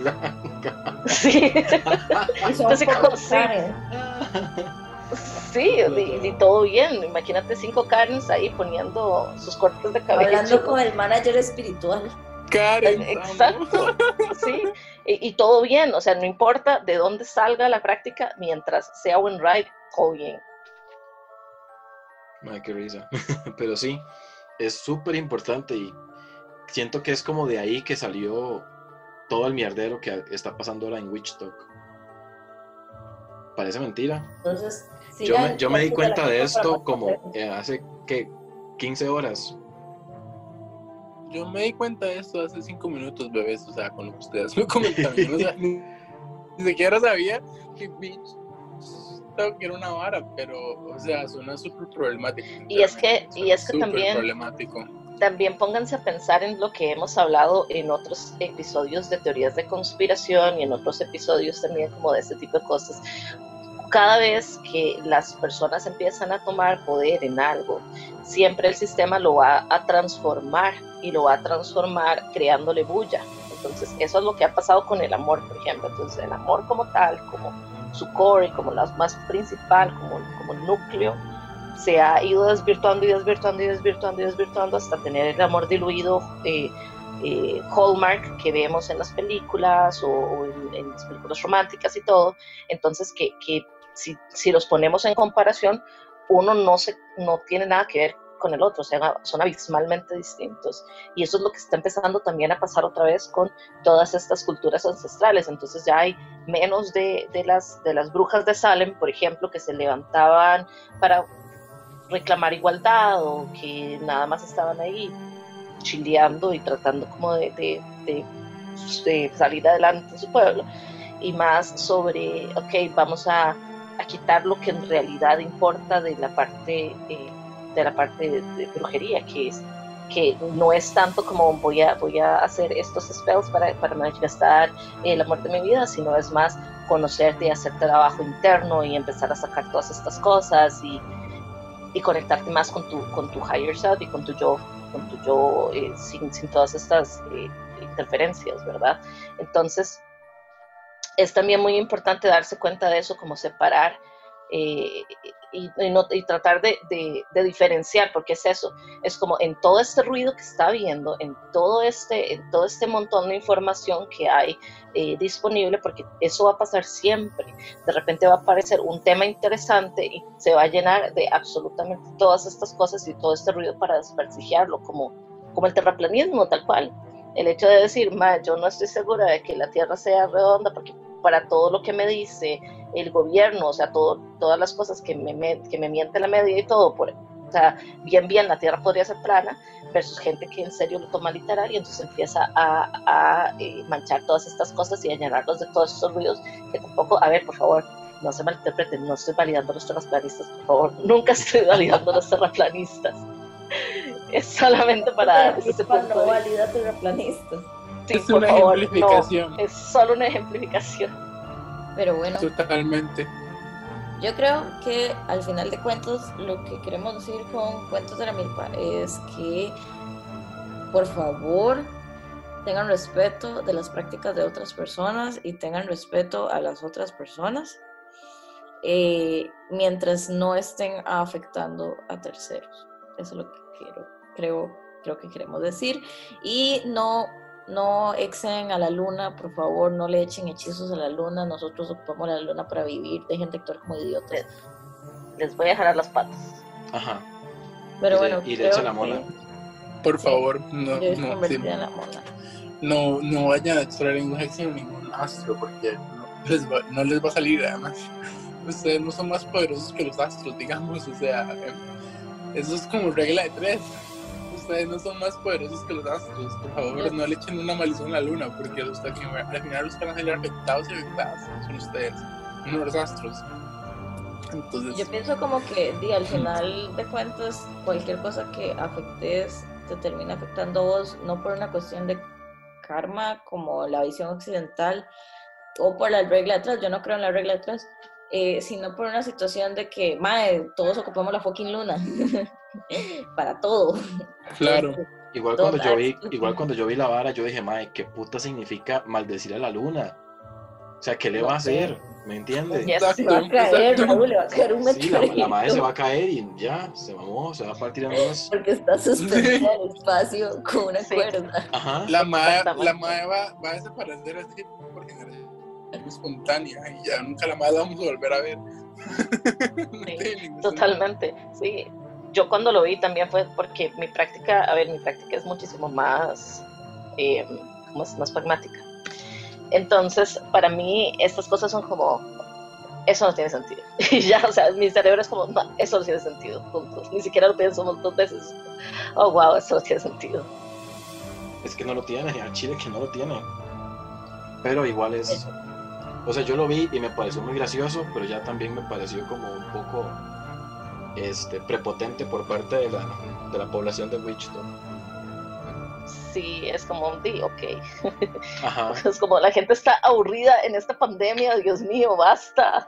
Sí. Entonces, como, sí, sí, y, y todo bien. Imagínate cinco Karens ahí poniendo sus cortes de cabello. Hablando con el manager espiritual. Karen, exacto, sí, y, y todo bien, o sea, no importa de dónde salga la práctica, mientras sea buen ride, todo bien. Ay, qué risa. Pero sí, es súper importante y siento que es como de ahí que salió todo el mierdero que está pasando ahora en Witch Talk. Parece mentira. Entonces, yo me, yo me di cuenta de esto como eh, hace que quince horas. Yo me di cuenta de esto hace cinco minutos, bebés, o sea, con lo que ustedes me comentaron. O sea, ni, ni siquiera sabía que Witch Talk era una vara, pero, o sea, suena súper problemático. Y es que, y es que también, problemático. también pónganse a pensar en lo que hemos hablado en otros episodios de teorías de conspiración y en otros episodios también como de este tipo de cosas. Cada vez que las personas empiezan a tomar poder en algo, siempre el sistema lo va a transformar y lo va a transformar creándole bulla. Entonces eso es lo que ha pasado con el amor, por ejemplo. Entonces el amor como tal, como su core, como la más principal, como, como el núcleo, se ha ido desvirtuando y desvirtuando y desvirtuando y desvirtuando hasta tener el amor diluido eh, eh, Hallmark que vemos en las películas o, o en, en las películas románticas y todo. Entonces que, que si, si los ponemos en comparación, uno no, se, no tiene nada que ver con el otro, o sea, son abismalmente distintos. Y eso es lo que está empezando también a pasar otra vez con todas estas culturas ancestrales. Entonces ya hay menos de, de, las, de las brujas de Salem, por ejemplo, que se levantaban para reclamar igualdad o que nada más estaban ahí chileando y tratando como de, de, de, de salir adelante en su pueblo, y más sobre, ok, vamos a, a quitar lo que en realidad importa de la parte, eh, de la parte de, de brujería, que es que no es tanto como voy a, voy a hacer estos spells para, para manifestar eh, la muerte de mi vida, sino es más conocerte y hacer trabajo interno y empezar a sacar todas estas cosas y, y conectarte más con tu, con tu higher self y con tu yo, con tu yo eh, sin, sin todas estas eh, interferencias, ¿verdad? Entonces, es también muy importante darse cuenta de eso, como separar eh, y, y, no, y tratar de, de, de diferenciar, porque es eso, es como en todo este ruido que está habiendo, en todo este, en todo este montón de información que hay eh, disponible, porque eso va a pasar siempre. De repente va a aparecer un tema interesante y se va a llenar de absolutamente todas estas cosas y todo este ruido para desprestigiarlo, como, como el terraplanismo, tal cual. El hecho de decir, ma, yo no estoy segura de que la Tierra sea redonda, porque para todo lo que me dice el gobierno, o sea, todo, todas las cosas que me, me, que me miente la media y todo, por, o sea, bien, bien, la Tierra podría ser plana, versus gente que en serio lo toma literal y entonces empieza a, a eh, manchar todas estas cosas y a llenarlos de todos esos ruidos que tampoco, a ver, por favor, no se malinterpreten, no estoy validando a los terraplanistas, por favor, nunca estoy validando a los terraplanistas. Es solamente para ese ese punto no de valida terraplanistas. Sí, es por una favor, ejemplificación. No, es solo una ejemplificación. Pero bueno, Totalmente. yo creo que al final de cuentos lo que queremos decir con Cuentos de la Milpa es que por favor tengan respeto de las prácticas de otras personas y tengan respeto a las otras personas eh, mientras no estén afectando a terceros. Eso es lo que quiero, creo, creo que queremos decir. Y no, no exceden a la luna, por favor, no le echen hechizos a la luna. Nosotros ocupamos la luna para vivir. Dejen de actuar como idiotas. Les voy a jalar las patas. Ajá. Pero y bueno, le, y le echa la mona. Por favor, sí, no, yo no, convertí sí, en la mona. no, no vayan a extraer ningún hexi o ningún astro, porque no les, va, no les va a salir, además. Ustedes no son más poderosos que los astros, digamos, o sea, eso es como regla de tres. Ustedes no son más poderosos que los astros. Por favor, no le echen una maldición a la luna, porque los que al final los que van a salir afectados y afectadas son ustedes, no los astros. Entonces, yo pienso como que di, al final de cuentas cualquier cosa que afectes te termina afectando a vos, no por una cuestión de karma como la visión occidental o por la regla de tres. Yo no creo en la regla de tres. Eh, sino por una situación de que, mae, todos ocupamos la fucking luna para todo. claro. Entonces, Igual cuando, yo vi, igual cuando yo vi la vara, yo dije, mae, ¿qué puta significa maldecir a la luna? O sea, ¿qué le no va a sé. hacer? ¿Me entiendes? Yes. Se va a caer, Exacto. Raúl, le va a caer un Sí, la, la meteorito, madre se va a caer y ya, se mamó, se va a partir en dos. porque está suspendida en el espacio con una Sí. cuerda. Ajá. La madre, Exactamente. la madre va, va a desaparecer así por generación espontánea y ya nunca la madre la vamos a volver a ver. No Sí, tiene ningún totalmente, sí. Yo cuando lo vi también fue porque mi práctica, a ver, mi práctica es muchísimo más, eh, ¿cómo es? Más pragmática. Entonces, para mí, estas cosas son como, eso no tiene sentido. Y ya, o sea, mi cerebro es como, no, eso no tiene sentido, punto. Ni siquiera lo pienso dos veces. Oh, wow, eso no tiene sentido. Es que no lo tiene, a Chile que no lo tiene. Pero igual es... O sea, yo lo vi y me pareció muy gracioso, pero ya también me pareció como un poco este, prepotente por parte de la, de la población de Wichita. Sí, es como un día, ok. Ajá. Es como la gente está aburrida en esta pandemia, Dios mío, basta.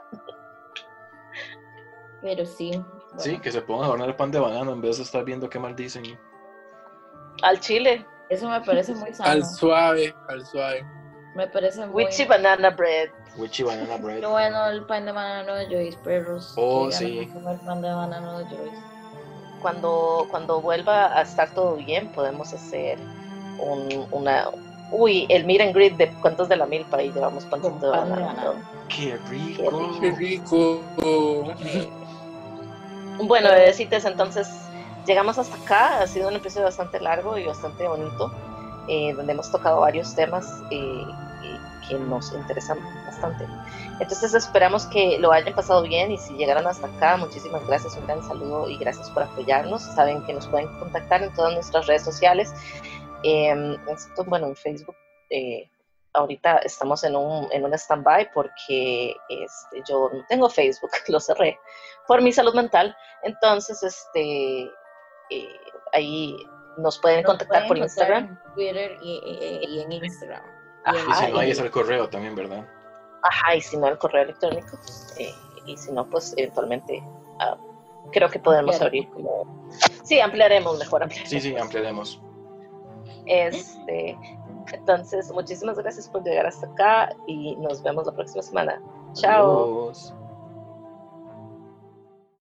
Pero sí. Bueno. Sí, que se pongan a hornear el pan de banano en vez de estar viendo qué maldicen. Al chile, Eso me parece muy sano. Al suave, al suave. Me parece muy... witchy banana bread. Witchy banana bread. Qué bueno el pan de banano de Joyce, perros. Oh, Qué ganas sí. de comer pan de banano de Joyce. Cuando, cuando vuelva a estar todo bien, podemos hacer un, una... Uy, el meet and greet de Cuentos de la Milpa y llevamos pancito de Con pan de banana. banano. ¡Qué rico! Qué rico. Bueno, bebecites, entonces llegamos hasta acá. Ha sido un episodio bastante largo y bastante bonito, eh, donde hemos tocado varios temas eh, que nos interesan bastante. Entonces esperamos que lo hayan pasado bien, y si llegaron hasta acá, muchísimas gracias, un gran saludo y gracias por apoyarnos. Saben que nos pueden contactar en todas nuestras redes sociales. Eh, esto, bueno, en Facebook eh, ahorita estamos en un, en un stand-by porque este, yo no tengo Facebook, lo cerré por mi salud mental. Entonces este eh, ahí nos pueden Nos contactar pueden por encontrar Instagram, en Twitter y, y- y en Instagram. Ajá, Y si no, ahí y- es el correo también, ¿verdad? ajá, y si no, el correo electrónico, eh, y si no, pues eventualmente ah, creo que podemos Ampliaremos. abrir como, sí, ampliaremos, mejor ampliaremos. Sí, sí, ampliaremos. Este, entonces, muchísimas gracias por llegar hasta acá y nos vemos la próxima semana. Chao. Adiós.